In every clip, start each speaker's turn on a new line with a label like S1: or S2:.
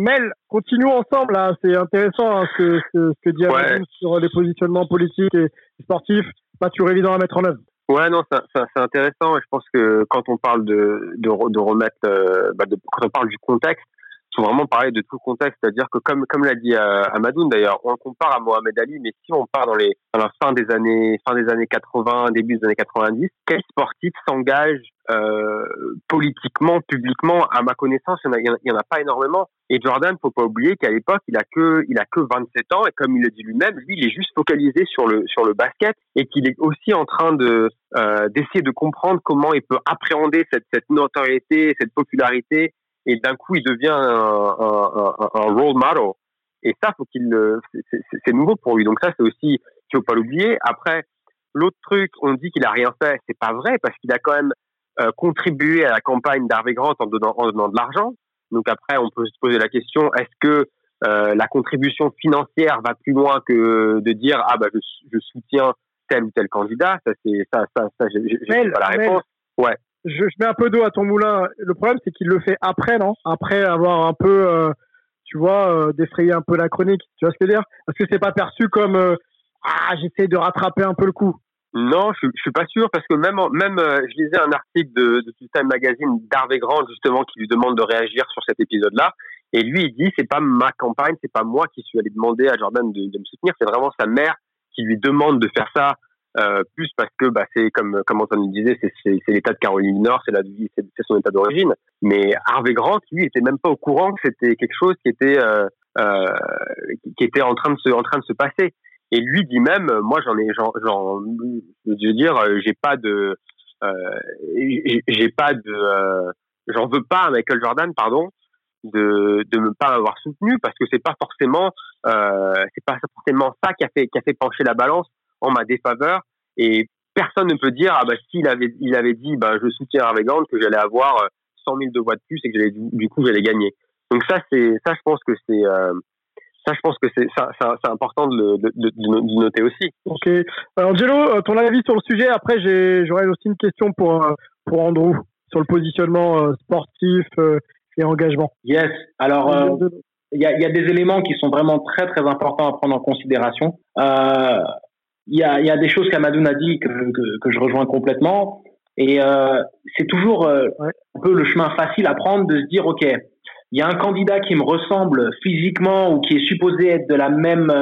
S1: Mel, continuons ensemble là. C'est intéressant hein, ce que dit Amadou sur les positionnements politiques et sportifs. Pas toujours évident à mettre en œuvre.
S2: Ouais, non, c'est intéressant. Et je pense que quand on parle de remettre, quand on parle du contexte, il faut vraiment parler de tout le contexte. C'est-à-dire que comme l'a dit Amadou d'ailleurs, on le compare à Mohamed Ali, mais si on part dans la fin des années 80, début des années 90, quel sportif s'engage politiquement, publiquement? À ma connaissance, il y en a pas énormément. Et Jordan, faut pas oublier qu'à l'époque, il a que 27 ans, et comme il le dit lui-même, lui, il est juste focalisé sur le basket, et qu'il est aussi en train d'essayer de comprendre comment il peut appréhender cette notoriété, cette popularité, et d'un coup, il devient un role model. Et ça, c'est nouveau pour lui. Donc ça, c'est aussi, il faut pas l'oublier. Après, l'autre truc, on dit qu'il a rien fait, c'est pas vrai, parce qu'il a quand même contribué à la campagne d'Harvey Grant en donnant de l'argent. Donc après, on peut se poser la question, est-ce que la contribution financière va plus loin que de dire je soutiens tel ou tel candidat? J'ai pas la réponse. Ouais.
S1: Je mets un peu d'eau à ton moulin. Le problème, c'est qu'il le fait après, non? Après avoir un peu, défrayé un peu la chronique. Tu vois ce que je veux dire? Est-ce que c'est pas perçu comme j'essaie de rattraper un peu le coup?
S2: Non, je suis pas sûr, parce que même je lisais un article de Time Magazine d'Harvey Grant justement qui lui demande de réagir sur cet épisode-là, et lui il dit c'est pas ma campagne, c'est pas moi qui suis allé demander à Jordan de me soutenir, c'est vraiment sa mère qui lui demande de faire ça, plus parce que c'est comme Antoine le disait, c'est l'État de Caroline du Nord, c'est son État d'origine. Mais Harvey Grant, lui, était même pas au courant que c'était quelque chose qui était en train de se passer. Et lui dit même, moi j'en veux pas à Michael Jordan, pardon, de me pas avoir soutenu, parce que c'est pas forcément ça qui a fait pencher la balance en ma défaveur, et personne ne peut dire s'il avait dit je soutiens Harvey Grant, que j'allais avoir 100 000 de voix de plus et que j'allais gagner. Donc c'est important de noter aussi.
S1: Ok. Angelo, ton avis sur le sujet. Après, j'aurais aussi une question pour Andrew sur le positionnement sportif et engagement.
S3: Yes. Alors, il y a des éléments qui sont vraiment très très importants à prendre en considération. Il y a des choses qu'Amadou a dit que je rejoins complètement. Et c'est toujours un peu le chemin facile à prendre de se dire ok, il y a un candidat qui me ressemble physiquement ou qui est supposé être de la même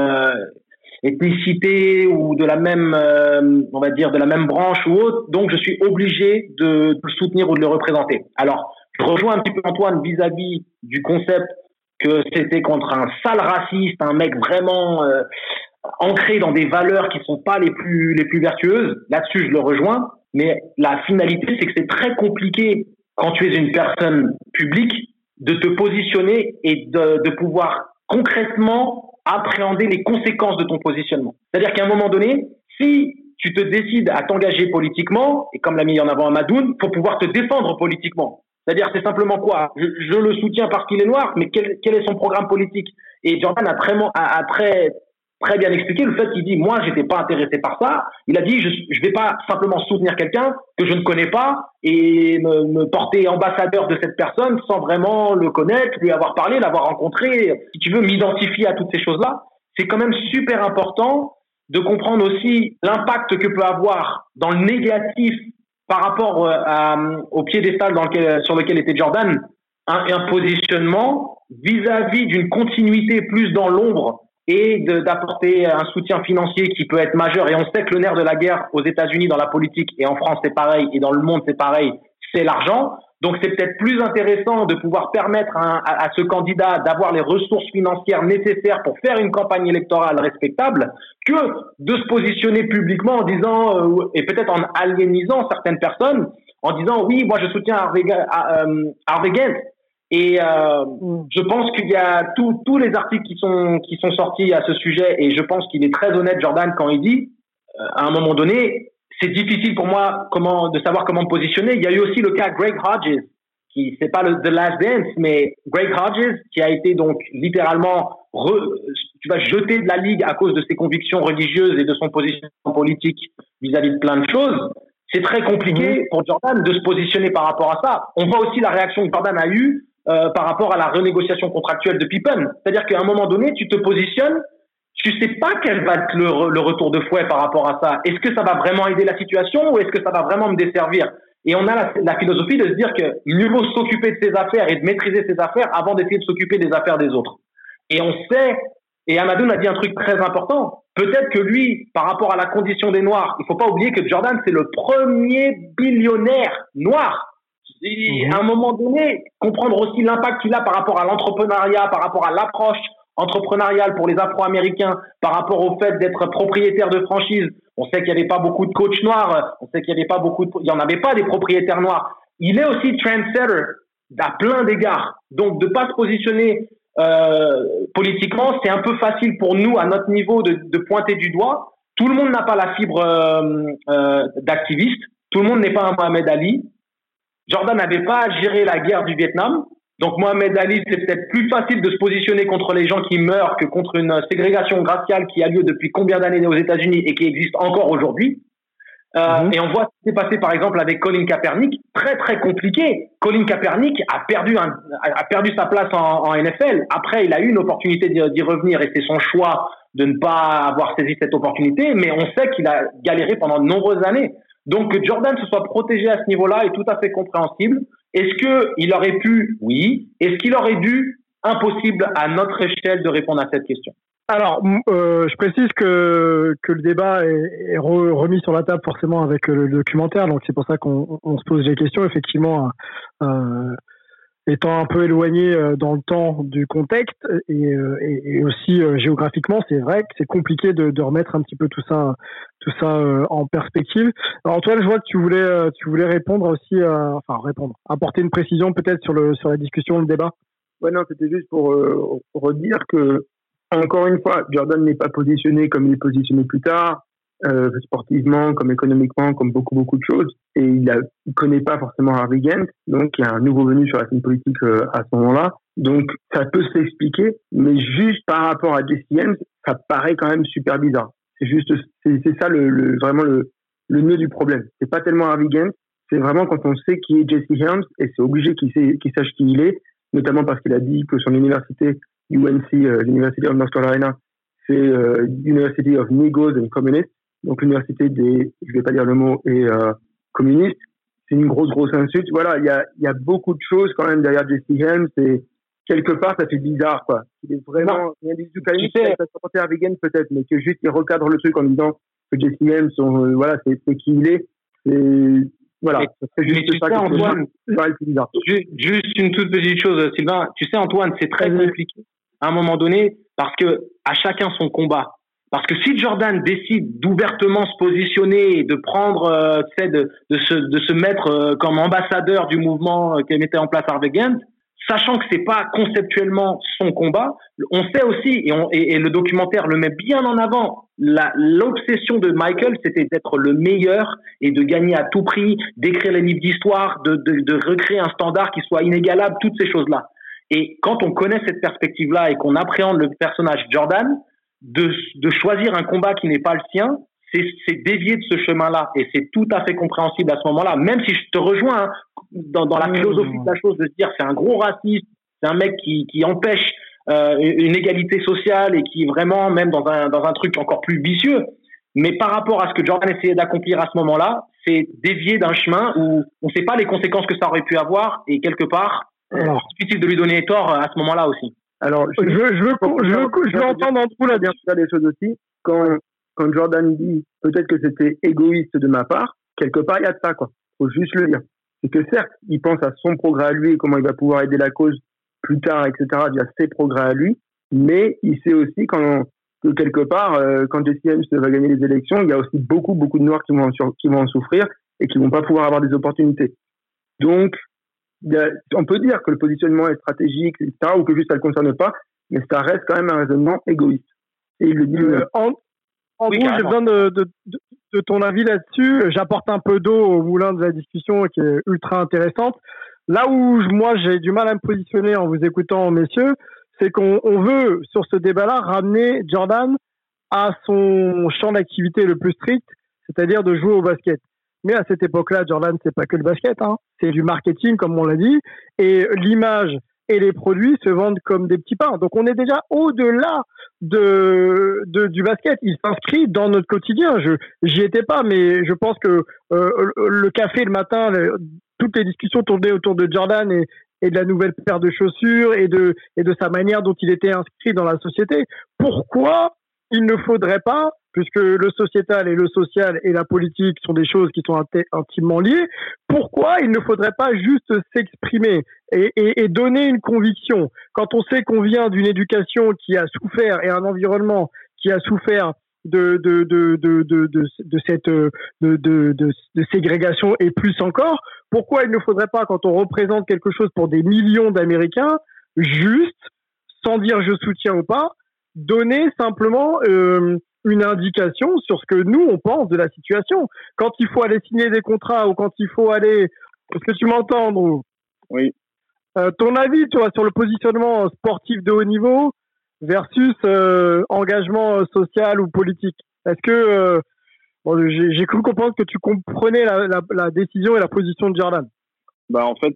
S3: ethnicité ou de la même, on va dire, de la même branche ou autre, donc je suis obligé de le soutenir ou de le représenter. Alors, je rejoins un petit peu Antoine vis-à-vis du concept que c'était contre un sale raciste, un mec vraiment ancré dans des valeurs qui sont pas les plus vertueuses. Là-dessus, je le rejoins. Mais la finalité, c'est que c'est très compliqué quand tu es une personne publique de te positionner et de pouvoir concrètement appréhender les conséquences de ton positionnement. C'est-à-dire qu'à un moment donné, si tu te décides à t'engager politiquement, et comme l'a mis en avant Amadoun, faut pouvoir te défendre politiquement. C'est-à-dire, c'est simplement quoi? Je le soutiens parce qu'il est noir, mais quel est son programme politique? Et Jordan a très bien expliqué le fait qu'il dit moi j'étais pas intéressé par ça. Il a dit je vais pas simplement soutenir quelqu'un que je ne connais pas et me porter ambassadeur de cette personne sans vraiment le connaître, lui avoir parlé, l'avoir rencontré, si tu veux m'identifier à toutes ces choses-là. C'est quand même super important de comprendre aussi l'impact que peut avoir dans le négatif par rapport au piédestal sur lequel était Jordan un positionnement vis-à-vis d'une continuité plus dans l'ombre et d'apporter un soutien financier qui peut être majeur. Et on sait que le nerf de la guerre aux États-Unis dans la politique, et en France c'est pareil, et dans le monde c'est pareil, c'est l'argent. Donc c'est peut-être plus intéressant de pouvoir permettre à ce candidat d'avoir les ressources financières nécessaires pour faire une campagne électorale respectable que de se positionner publiquement en disant, et peut-être en aliénisant certaines personnes, en disant oui, moi je soutiens Harvey Gantt. Et je pense qu'il y a tous les articles qui sont sortis à ce sujet, et je pense qu'il est très honnête Jordan quand il dit à un moment donné c'est difficile pour moi de savoir comment me positionner. Il y a eu aussi le cas Greg Hodges, qui c'est pas The Last Dance, mais Greg Hodges qui a été donc littéralement jeté de la ligue à cause de ses convictions religieuses et de son positionnement politique vis-à-vis de plein de choses. C'est très compliqué pour Jordan de se positionner par rapport à ça. On voit aussi la réaction que Jordan a eue par rapport à la renégociation contractuelle de Pippen. C'est-à-dire qu'à un moment donné, tu te positionnes, tu sais pas quel va être le retour de fouet par rapport à ça. Est-ce que ça va vraiment aider la situation ou est-ce que ça va vraiment me desservir? Et on a la philosophie de se dire que mieux vaut s'occuper de ses affaires et de maîtriser ses affaires avant d'essayer de s'occuper des affaires des autres. Et on sait, et Amadoun a dit un truc très important, peut-être que lui, par rapport à la condition des Noirs, il faut pas oublier que Jordan, c'est le premier billionnaire noir. Et à un moment donné, comprendre aussi l'impact qu'il a par rapport à l'entrepreneuriat, par rapport à l'approche entrepreneuriale pour les Afro-Américains, par rapport au fait d'être propriétaire de franchise. On sait qu'il n'y avait pas beaucoup de coachs noirs, on sait qu'il n'y avait pas il y en avait pas des propriétaires noirs. Il est aussi trendsetter à plein d'égards. Donc, de pas se positionner politiquement, c'est un peu facile pour nous, à notre niveau, de pointer du doigt. Tout le monde n'a pas la fibre d'activiste. Tout le monde n'est pas un Mohamed Ali. Jordan n'avait pas à gérer la guerre du Vietnam. Donc Mohamed Ali, c'est peut-être plus facile de se positionner contre les gens qui meurent que contre une ségrégation raciale qui a lieu depuis combien d'années aux États-Unis et qui existe encore aujourd'hui. Et on voit ce qui s'est passé par exemple avec Colin Kaepernick, très très compliqué. Colin Kaepernick a perdu sa place en NFL. Après, il a eu une opportunité d'y revenir et c'est son choix de ne pas avoir saisi cette opportunité, mais on sait qu'il a galéré pendant de nombreuses années. Donc que Jordan se soit protégé à ce niveau-là est tout à fait compréhensible. Est-ce qu'il aurait pu? Oui. Est-ce qu'il aurait dû? Impossible à notre échelle de répondre à cette question.
S1: Alors, je précise que le débat est remis sur la table forcément avec le documentaire, donc c'est pour ça qu'on se pose des questions. Effectivement, étant un peu éloigné dans le temps du contexte et aussi géographiquement, c'est vrai que c'est compliqué de remettre un petit peu tout ça en perspective. Alors Antoine, je vois que tu voulais répondre aussi, apporter une précision peut-être sur la discussion, le débat.
S4: Ouais, non, c'était juste pour redire que encore une fois, Jordan n'est pas positionné comme il est positionné plus tard, sportivement, comme économiquement, comme beaucoup de choses. Et il connaît pas forcément Harvey Gantt, donc il y a un nouveau venu sur la scène politique à ce moment-là. Donc ça peut s'expliquer, mais juste par rapport à Jesse Helms, ça paraît quand même super bizarre. C'est ça vraiment le nœud du problème. C'est pas tellement Harvey Gantt, c'est vraiment quand on sait qui est Jesse Helms, et c'est obligé qu'il sache qui il est, notamment parce qu'il a dit que son université UNC, l'University of North Carolina, c'est University of Negros and Communists, donc l'université des, je vais pas dire le mot, et communistes. C'est une grosse insulte. Voilà, il y a beaucoup de choses quand même derrière Jesse Helms, et quelque part ça fait bizarre, quoi. Il est vraiment rien du tout calme, ça se à vegan peut-être, mais que juste il recadre le truc en disant que Jesse Helms, voilà, c'est qui il est. Voilà, c'est juste ça. Antoine,
S3: juste une toute petite chose, Sylvain. Tu sais, Antoine, c'est très compliqué à un moment donné parce que à chacun son combat. Parce que si Jordan décide d'ouvertement se positionner et de prendre, de se mettre comme ambassadeur du mouvement qui mettait en place Harvey Gantt, sachant que c'est pas conceptuellement son combat, on sait aussi et le documentaire le met bien en avant. L'obsession de Michael, c'était d'être le meilleur et de gagner à tout prix, d'écrire les livres d'histoire, de recréer un standard qui soit inégalable, toutes ces choses-là. Et quand on connaît cette perspective-là et qu'on appréhende le personnage Jordan, de choisir un combat qui n'est pas le sien, c'est dévier de ce chemin-là. Et c'est tout à fait compréhensible à ce moment-là. Même si je te rejoins dans la philosophie de la chose, de se dire c'est un gros raciste, c'est un mec qui empêche une égalité sociale et qui est vraiment même dans un truc encore plus vicieux. Mais par rapport à ce que Jordan essayait d'accomplir à ce moment-là, c'est dévier d'un chemin où on ne sait pas les conséquences que ça aurait pu avoir et quelque part, c'est difficile de lui donner tort à ce moment-là aussi.
S4: Alors, je veux entendre Andrew là bien sûr des choses aussi. Quand Jordan dit peut-être que c'était égoïste de ma part, quelque part il y a de ça, quoi. Faut juste le dire. C'est que certes, il pense à son progrès à lui et comment il va pouvoir aider la cause plus tard, etc. via ses progrès à lui, mais il sait aussi que quelque part, quand Jesse Helms va gagner les élections, il y a aussi beaucoup de Noirs qui vont en souffrir et qui vont pas pouvoir avoir des opportunités. Donc, on peut dire que le positionnement est stratégique, etc., ou que juste ça ne le concerne pas, mais ça reste quand même un raisonnement égoïste. Et il le dit
S1: Andrew, j'ai besoin de ton avis là-dessus. J'apporte un peu d'eau au moulin de la discussion qui est ultra intéressante. Là où moi j'ai du mal à me positionner en vous écoutant, messieurs, c'est qu'on veut, sur ce débat-là, ramener Jordan à son champ d'activité le plus strict, c'est-à-dire de jouer au basket. Mais à cette époque-là, Jordan, c'est pas que le basket, hein. C'est du marketing, comme on l'a dit. Et l'image et les produits se vendent comme des petits pains. Donc on est déjà au-delà du basket. Il s'inscrit dans notre quotidien. J'y étais pas, mais je pense que le café le matin, toutes les discussions tournaient autour de Jordan et de la nouvelle paire de chaussures et de sa manière dont il était inscrit dans la société. Pourquoi il ne faudrait pas, puisque le sociétal et le social et la politique sont des choses qui sont intimement liées, pourquoi il ne faudrait pas juste s'exprimer et donner une conviction? Quand on sait qu'on vient d'une éducation qui a souffert et un environnement qui a souffert de ségrégation et plus encore, pourquoi il ne faudrait pas, quand on représente quelque chose pour des millions d'Américains, juste, sans dire je soutiens ou pas, donner simplement une indication sur ce que nous on pense de la situation. Quand il faut aller signer des contrats ou quand il faut aller, est-ce que tu m'entends, Andrew?
S5: Oui.
S1: Ton avis, toi, sur le positionnement sportif de haut niveau versus engagement social ou politique? Est-ce que j'ai cru comprendre que tu comprenais la décision et la position de Jordan?
S5: En fait,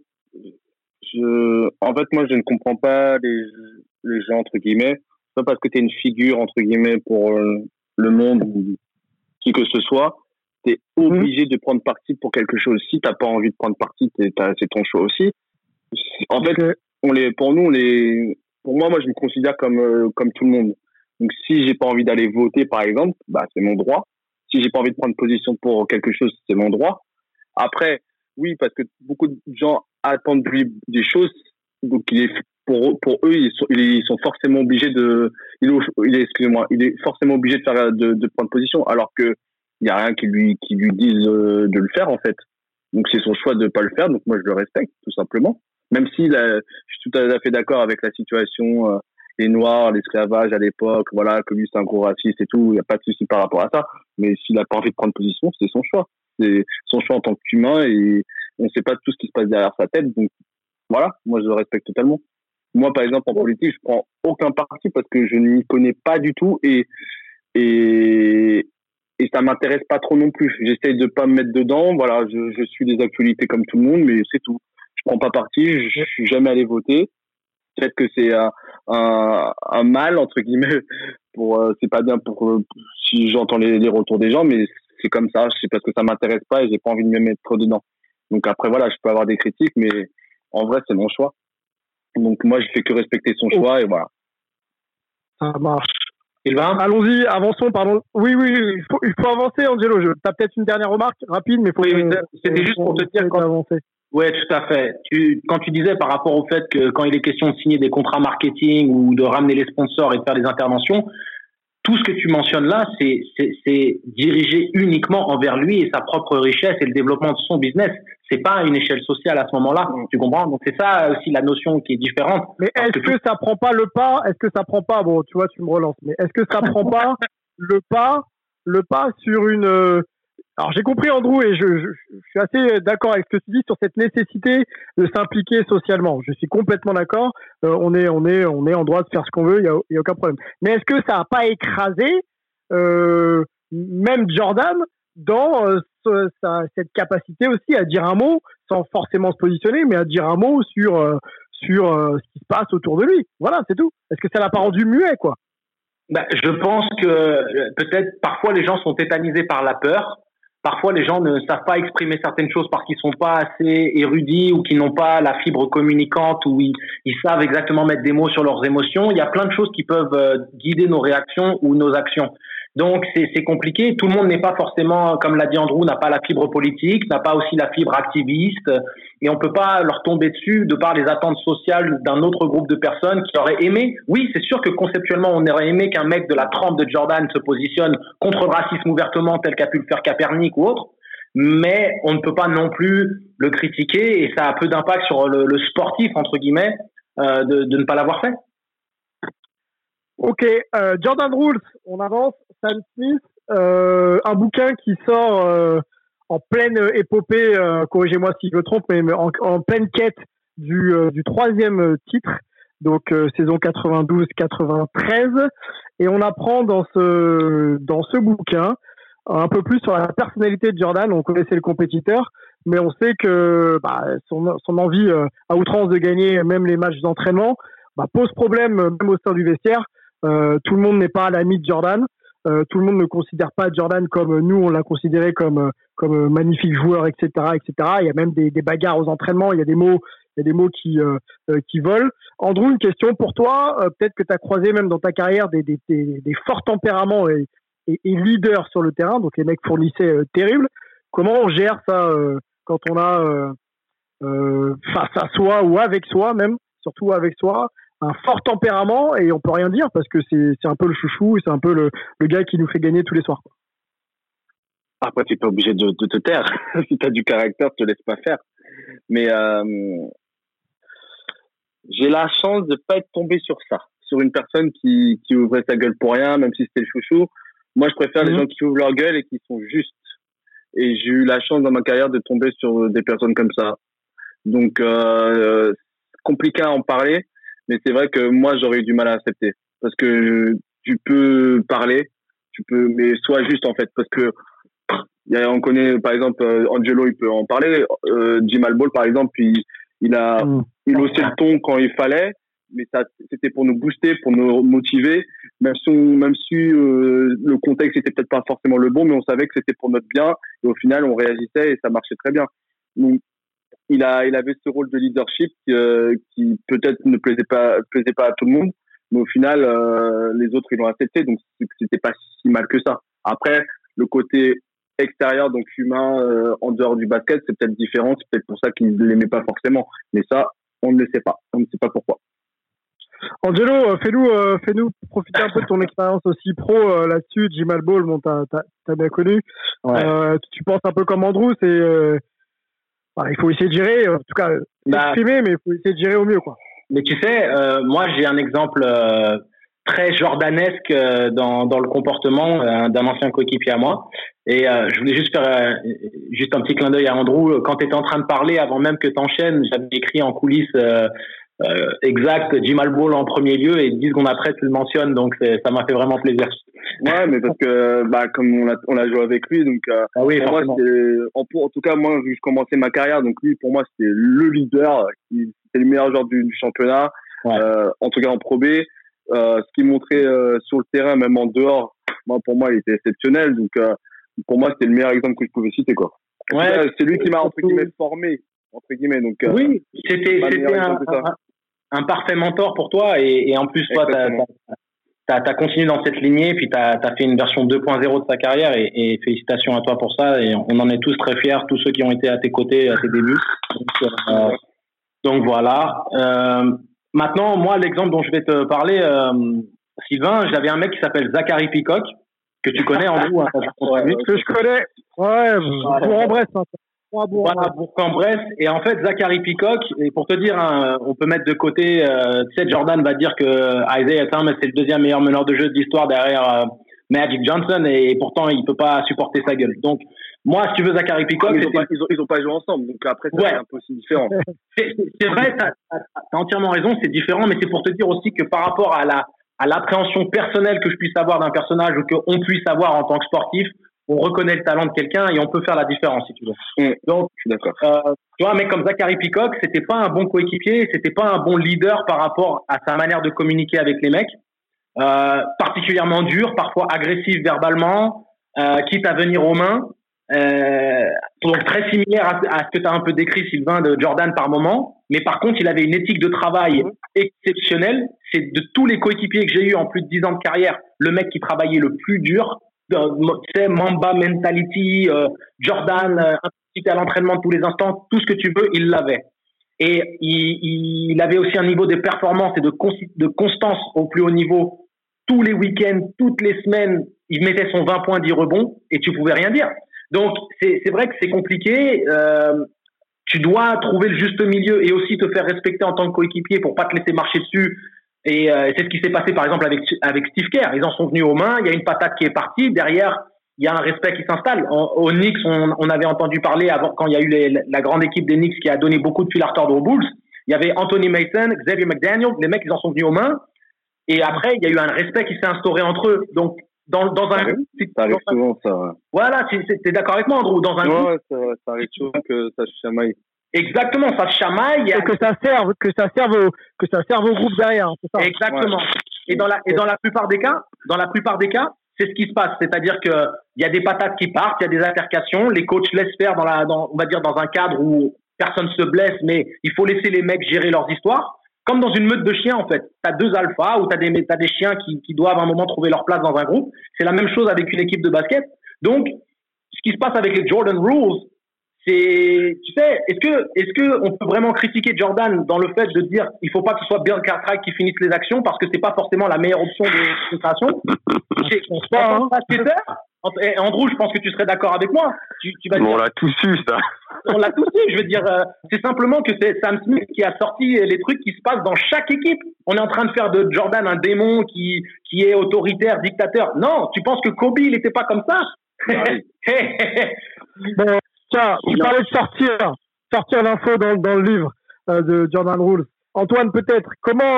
S5: moi, je ne comprends pas les gens, entre guillemets. Pas parce que tu es une figure, entre guillemets, pour le monde ou qui que ce soit, tu es obligé de prendre parti pour quelque chose. Si tu n'as pas envie de prendre parti, c'est ton choix aussi. En fait, pour moi, je me considère comme tout le monde. Donc, si j'ai pas envie d'aller voter, par exemple, c'est mon droit. Si j'ai pas envie de prendre position pour quelque chose, c'est mon droit. Après, oui, parce que beaucoup de gens attendent de lui des choses, donc pour eux, ils sont forcément obligés il est forcément obligé de prendre position, alors que il y a rien qui lui dise de le faire, en fait. Donc c'est son choix de pas le faire, donc moi je le respecte, tout simplement. Même si je suis tout à fait d'accord avec la situation, les Noirs, l'esclavage à l'époque, voilà, que lui c'est un gros raciste et tout, il n'y a pas de souci par rapport à ça. Mais s'il n'a pas envie de prendre position, c'est son choix. C'est son choix en tant qu'humain et on ne sait pas tout ce qui se passe derrière sa tête, donc voilà, moi je le respecte totalement. Moi, par exemple, en politique, je prends aucun parti parce que je n'y connais pas du tout et ça m'intéresse pas trop non plus. J'essaye de pas me mettre dedans. Voilà, je suis les actualités comme tout le monde, mais c'est tout. Je prends pas parti. Je suis jamais allé voter. Peut-être que c'est un mal entre guillemets. C'est pas bien pour si j'entends les retours des gens, mais c'est comme ça. C'est parce que ça m'intéresse pas et j'ai pas envie de me mettre dedans. Donc après, voilà, je peux avoir des critiques, mais en vrai, c'est mon choix. Donc moi, je fais que respecter son choix et voilà.
S1: Ça marche. Allons-y, avançons, pardon. Oui, il faut avancer, Angelo. Tu as peut-être une dernière remarque rapide, mais
S3: c'était juste pour te dire
S1: avancer.
S3: Oui, tout à fait. Quand tu disais par rapport au fait que quand il est question de signer des contrats marketing ou de ramener les sponsors et de faire des interventions, tout ce que tu mentionnes là, c'est dirigé uniquement envers lui et sa propre richesse et le développement de son business. C'est pas à une échelle sociale à ce moment-là, tu comprends? Donc c'est ça aussi la notion qui est différente.
S1: Mais est-ce que ça prend pas le pas? Est-ce que ça prend pas? Bon, tu vois, tu me relances. Mais est-ce que ça prend pas le pas sur une Alors j'ai compris, Andrew, et je suis assez d'accord avec ce que tu dis sur cette nécessité de s'impliquer socialement. Je suis complètement d'accord. On est en droit de faire ce qu'on veut, il y a aucun problème. Mais est-ce que ça n'a pas écrasé même Jordan dans cette capacité aussi à dire un mot, sans forcément se positionner, mais à dire un mot sur ce qui se passe autour de lui? Voilà, c'est tout. Est-ce que ça l'a pas rendu muet, quoi?
S3: Je pense que peut-être parfois les gens sont tétanisés par la peur. Parfois, les gens ne savent pas exprimer certaines choses parce qu'ils sont pas assez érudits ou qu'ils n'ont pas la fibre communicante ou ils savent exactement mettre des mots sur leurs émotions. Il y a plein de choses qui peuvent guider nos réactions ou nos actions. Donc, c'est compliqué. Tout le monde n'est pas forcément, comme l'a dit Andrew, n'a pas la fibre politique, n'a pas aussi la fibre activiste. Et on peut pas leur tomber dessus de par les attentes sociales d'un autre groupe de personnes qui auraient aimé. Oui, c'est sûr que conceptuellement, on aurait aimé qu'un mec de la trempe de Jordan se positionne contre le racisme ouvertement tel qu'a pu le faire Kaepernick ou autre. Mais on ne peut pas non plus le critiquer et ça a peu d'impact sur le sportif, entre guillemets, de ne pas l'avoir fait.
S1: Ok, Jordan Rules, on avance. Sam Smith, un bouquin qui sort en pleine épopée, corrigez-moi si je me trompe, mais en pleine quête du troisième titre, donc saison 92-93, et on apprend dans ce bouquin un peu plus sur la personnalité de Jordan. On connaissait le compétiteur, mais on sait que son envie à outrance de gagner même les matchs d'entraînement pose problème même au sein du vestiaire. Tout le monde n'est pas l'ami de Jordan. Tout le monde ne considère pas Jordan comme nous on l'a considéré comme magnifique joueur, etc., etc. Il y a même des bagarres aux entraînements. Il y a des mots qui volent. Andrew, une question pour toi. Peut-être que tu as croisé même dans ta carrière des forts tempéraments et leaders sur le terrain. Donc les mecs fournissaient terrible. Comment on gère ça quand on a face à soi ou avec soi même, surtout avec soi, un fort tempérament et on peut rien dire parce que c'est un peu le chouchou et c'est un peu le gars qui nous fait gagner tous les soirs, quoi.
S5: Après, tu n'es pas obligé de te taire. Si tu as du caractère, tu te laisses pas faire. Mais j'ai la chance de pas être tombé sur ça, sur une personne qui ouvrait sa gueule pour rien, même si c'était le chouchou. Moi, je préfère les gens qui ouvrent leur gueule et qui sont justes. Et j'ai eu la chance dans ma carrière de tomber sur des personnes comme ça. Donc, compliqué à en parler. Mais c'est vrai que moi, j'aurais eu du mal à accepter. Parce que tu peux parler, mais sois juste, en fait. Parce que, on connaît, par exemple, Angelo, il peut en parler. Jim Albol, par exemple, il haussait le ton quand il fallait. Mais ça, c'était pour nous booster, pour nous motiver. Même si le contexte était peut-être pas forcément le bon, mais on savait que c'était pour notre bien. Et au final, on réagissait et ça marchait très bien. Donc, il avait ce rôle de leadership qui peut-être ne plaisait pas à tout le monde, mais au final les autres ils l'ont accepté, donc c'était pas si mal que ça. Après le côté extérieur, donc humain, en dehors du basket, c'est peut-être différent, c'est peut-être pour ça qu'il l'aimait pas forcément, mais ça on ne le sait pas, on ne sait pas pourquoi.
S1: Angelo, fais-nous profiter un peu de ton expérience aussi pro là-dessus. Jim Albol, bon, t'as bien connu. Ouais. Tu penses un peu comme Andrew, il faut essayer de gérer, en tout cas, exprimer, mais il faut essayer de gérer au mieux, quoi.
S3: Mais tu sais, moi, j'ai un exemple très jordanesque dans le comportement d'un ancien coéquipier à moi. Et je voulais juste faire juste un petit clin d'œil à Andrew. Quand tu étais en train de parler, avant même que tu enchaînes, j'avais écrit en coulisses exact, Jim Albol en premier lieu, et 10 secondes après, tu le mentionnes, donc ça m'a fait vraiment plaisir.
S5: Ouais, mais parce que comme on a joué avec lui, donc
S3: oui,
S5: pour moi, en tout cas, moi, je commençais ma carrière, donc lui, pour moi, c'était le leader, c'était le meilleur joueur du championnat, en tout cas en Pro B. Ce qu'il montrait sur le terrain, même en dehors, pour moi, il était exceptionnel, donc pour moi, c'était le meilleur exemple que je pouvais citer, quoi. Ouais, c'est lui qui m'a entre guillemets formé, donc
S3: oui, c'était un parfait mentor pour toi, et en plus toi t'as continué dans cette lignée, puis t'as fait une version 2.0 de ta carrière, et félicitations à toi pour ça, et on en est tous très fiers, tous ceux qui ont été à tes côtés à tes débuts. Donc voilà. Maintenant, moi, l'exemple dont je vais te parler, Sylvain, j'avais un mec qui s'appelle Zachary Peacock, que tu connais en vous,
S1: que je connais. Ouais, Bourg-en-Bresse.
S3: Voilà, Bourg-en-Bresse. Et en fait, Zachary Peacock, et pour te dire, on peut mettre de côté, tu sais, Jordan va dire que Isaiah Thomas c'est le deuxième meilleur meneur de jeu de l'histoire derrière Magic Johnson, et pourtant il peut pas supporter sa gueule. Donc moi, si tu veux, Zachary Peacock,
S5: ils ont pas joué ensemble, donc après c'est un peu aussi différent.
S3: C'est vrai, t'as entièrement raison, c'est différent, mais c'est pour te dire aussi que par rapport à l'appréhension personnelle que je puisse avoir d'un personnage, ou qu'on puisse avoir en tant que sportif, on reconnaît le talent de quelqu'un et on peut faire la différence, si tu veux.
S5: Donc, je suis d'accord.
S3: Tu vois, un mec comme Zachary Peacock, c'était pas un bon coéquipier, c'était pas un bon leader par rapport à sa manière de communiquer avec les mecs. Particulièrement dur, parfois agressif verbalement, quitte à venir aux mains. Donc très similaire à ce que tu as un peu décrit, Sylvain, de Jordan par moment. Mais par contre, il avait une éthique de travail exceptionnelle. C'est de tous les coéquipiers que j'ai eu en plus de 10 ans de carrière, le mec qui travaillait le plus dur. Tu sais, Mamba mentality, Jordan, impliqué à l'entraînement de tous les instants, tout ce que tu veux, il l'avait. Et il avait aussi un niveau de performance et de constance au plus haut niveau. Tous les week-ends, toutes les semaines, il mettait son 20 points, 10 rebonds, et tu pouvais rien dire. Donc, c'est vrai que c'est compliqué. Tu dois trouver le juste milieu et aussi te faire respecter en tant que coéquipier pour pas te laisser marcher dessus. Et c'est ce qui s'est passé, par exemple, avec Steve Kerr. Ils en sont venus aux mains. Il y a une patate qui est partie. Derrière, il y a un respect qui s'installe. Aux Knicks, on avait entendu parler avant, quand il y a eu la grande équipe des Knicks qui a donné beaucoup de fil à retordre aux Bulls. Il y avait Anthony Mason, Xavier McDaniel. Les mecs, ils en sont venus aux mains. Et après, il y a eu un respect qui s'est instauré entre eux. Donc, dans un groupe,
S5: ça arrive souvent, ça. Ouais.
S3: Voilà, t'es d'accord avec moi, Andrew? Dans un groupe,
S5: ça arrive souvent que ça se chamaille.
S3: Exactement, ça se chamaille.
S1: Et que ça serve au groupe derrière. C'est ça.
S3: Exactement. Ouais. Et dans la plupart des cas, c'est ce qui se passe. C'est-à-dire que il y a des patates qui partent, il y a des altercations, les coachs laissent faire on va dire dans un cadre où personne se blesse, mais il faut laisser les mecs gérer leurs histoires. Comme dans une meute de chiens, en fait. T'as deux alphas ou t'as des chiens qui doivent à un moment trouver leur place dans un groupe. C'est la même chose avec une équipe de basket. Donc, ce qui se passe avec les Jordan Rules, c'est, tu sais, est-ce que on peut vraiment critiquer Jordan dans le fait de dire il faut pas que ce soit Bill Cartwright qui finisse les actions parce que c'est pas forcément la meilleure option de création. Andrew, je pense que tu serais d'accord avec moi. Tu vas dire,
S2: on l'a tous su, ça.
S3: On l'a tous su. Je veux dire, c'est simplement que c'est Sam Smith qui a sorti les trucs qui se passent dans chaque équipe. On est en train de faire de Jordan un démon qui est autoritaire, dictateur. Non, tu penses que Kobe, il était pas comme ça?
S1: Bon, tiens, vous parlez de sortir l'info dans le livre de Jordan Rules. Antoine, peut-être, comment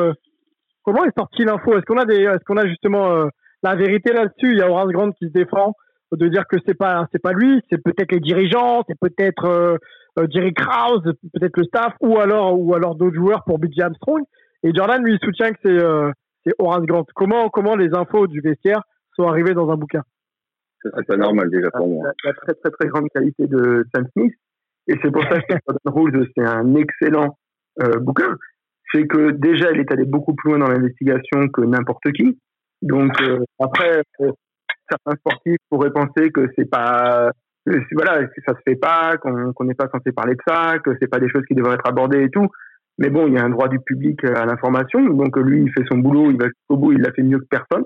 S1: est sortie l'info? Est-ce qu'on a justement la vérité là-dessus? Il y a Horace Grant qui se défend de dire que c'est pas lui, c'est peut-être les dirigeants, c'est peut-être Jerry Krause, peut-être le staff, ou alors d'autres joueurs pour B.J. Armstrong. Et Jordan lui soutient que c'est Horace Grant. Comment les infos du vestiaire sont arrivées dans un bouquin?
S5: C'est pas normal déjà pour moi.
S4: La très très très grande qualité de Sam Smith, et c'est pour ça que Jordan Rules c'est un excellent bouquin. C'est que déjà il est allé beaucoup plus loin dans l'investigation que n'importe qui. Donc après, certains sportifs pourraient penser que c'est pas, voilà, que ça se fait pas, qu'on n'est pas censé parler de ça, que c'est pas des choses qui devraient être abordées et tout. Mais bon, il y a un droit du public à l'information. Donc lui, il fait son boulot, il va jusqu'au bout, il l'a fait mieux que personne.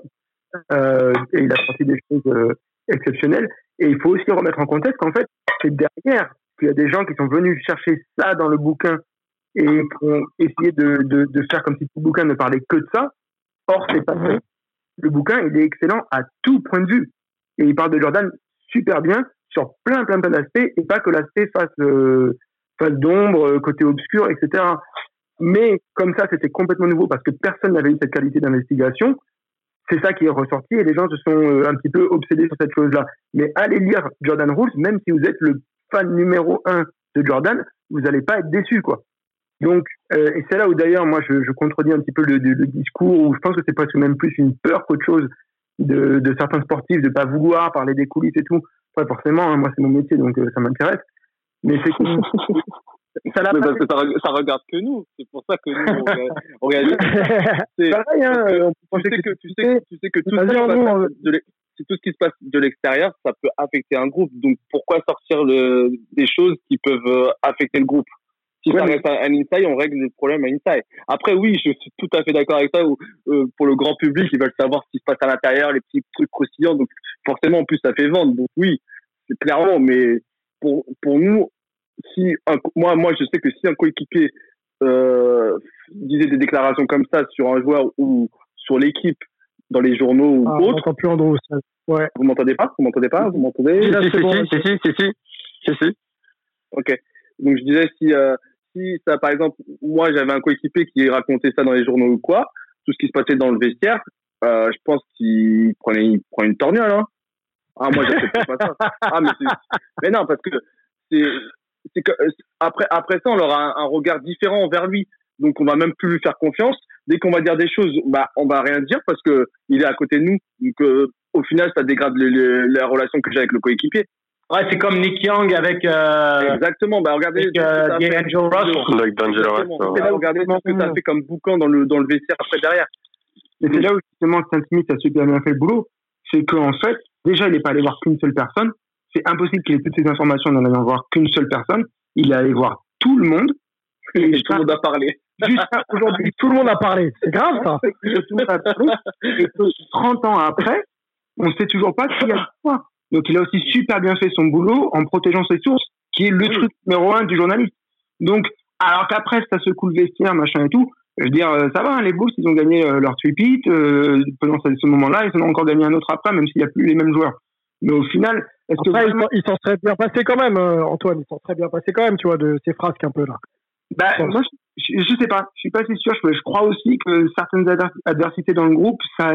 S4: Et il a sorti des choses exceptionnelles. Et il faut aussi remettre en contexte qu'en fait, c'est derrière qu'il y a des gens qui sont venus chercher ça dans le bouquin et qui ont essayé de faire comme si tout le bouquin ne parlait que de ça. Or, c'est pas vrai. Le bouquin, il est excellent à tout point de vue. Et il parle de Jordan super bien sur plein d'aspects, et pas que l'aspect face d'ombre, côté obscur, etc. Mais comme ça, c'était complètement nouveau parce que personne n'avait eu cette qualité d'investigation. C'est ça qui est ressorti et les gens se sont un petit peu obsédés sur cette chose-là. Mais allez lire Jordan Rules, même si vous êtes le fan numéro 1 de Jordan, vous n'allez pas être déçu, quoi. Donc, et c'est là où d'ailleurs, moi, je contredis un petit peu le discours, où je pense que c'est presque même plus une peur qu'autre chose de certains sportifs de pas vouloir parler des coulisses et tout. Enfin, forcément, hein, moi, c'est mon métier, donc ça m'intéresse. Mais c'est que
S5: parce que ça regarde que nous. C'est pour ça que nous, on réagit.
S4: C'est pareil, hein.
S5: Tu sais que tout ce qui se passe de l'extérieur, ça peut affecter un groupe. Donc, pourquoi sortir des choses qui peuvent affecter le groupe? Si ça reste un inside, on règle le problème à inside. Après, oui, je suis tout à fait d'accord avec ça. Pour le grand public, ils veulent savoir ce qui se passe à l'intérieur, les petits trucs croustillants. Donc, forcément, en plus, ça fait vendre. Donc, oui, c'est clairement. Mais pour nous, moi, je sais que si un coéquipier disait des déclarations comme ça sur un joueur ou sur l'équipe dans les journaux ou autres.
S1: On n'entend plus Andrew. Ouais.
S5: Vous m'entendez pas? Vous m'entendez?
S2: Si.
S5: Ok. Donc, je disais, si ça, par exemple, moi, j'avais un coéquipier qui racontait ça dans les journaux ou quoi, tout ce qui se passait dans le vestiaire, je pense qu'il prend une torgnole, hein. Ah, moi, j'accepte pas ça. Ah, mais non, parce que c'est que, après ça, on aura un regard différent envers lui. Donc, on va même plus lui faire confiance. Dès qu'on va dire des choses, on va rien dire parce que il est à côté de nous. Donc, au final, ça dégrade la relation que j'ai avec le coéquipier.
S3: Ouais, c'est comme Nick Young avec
S5: exactement. Regardez
S3: D'Angelo Russell.
S2: Avec D'Angelo Russell.
S5: Regardez ce que ça fait comme boucan dans le vestiaire après derrière.
S4: Et c'est là où justement Sam Smith a super bien fait le boulot. C'est qu'en fait, déjà, il n'est pas allé voir qu'une seule personne. C'est impossible qu'il ait toutes ces informations en allant voir qu'une seule personne. Il est allé voir tout le monde.
S5: Et tout le monde a parlé.
S1: Jusqu'à aujourd'hui, tout le monde a parlé. C'est grave, ça.
S4: Tout le monde a parlé. Et que 30 ans après, on ne sait toujours pas qui a quoi. Donc, il a aussi super bien fait son boulot en protégeant ses sources, qui est le truc numéro 1 du journaliste. Donc, alors qu'après, ça secoue le vestiaire, machin et tout, je veux dire, ça va, hein, les Bulls, ils ont gagné leur three-peat, pendant ce moment-là, ils en ont encore gagné un autre après, même s'il n'y a plus les mêmes joueurs. Mais au final, est-ce que vraiment...
S1: ils s'en seraient bien passés quand même, Antoine, ils s'en seraient bien passés quand même, tu vois, de ces frasques un peu là.
S4: Moi, je sais pas, je suis pas si sûr, je crois aussi que certaines adversités dans le groupe, ça aide.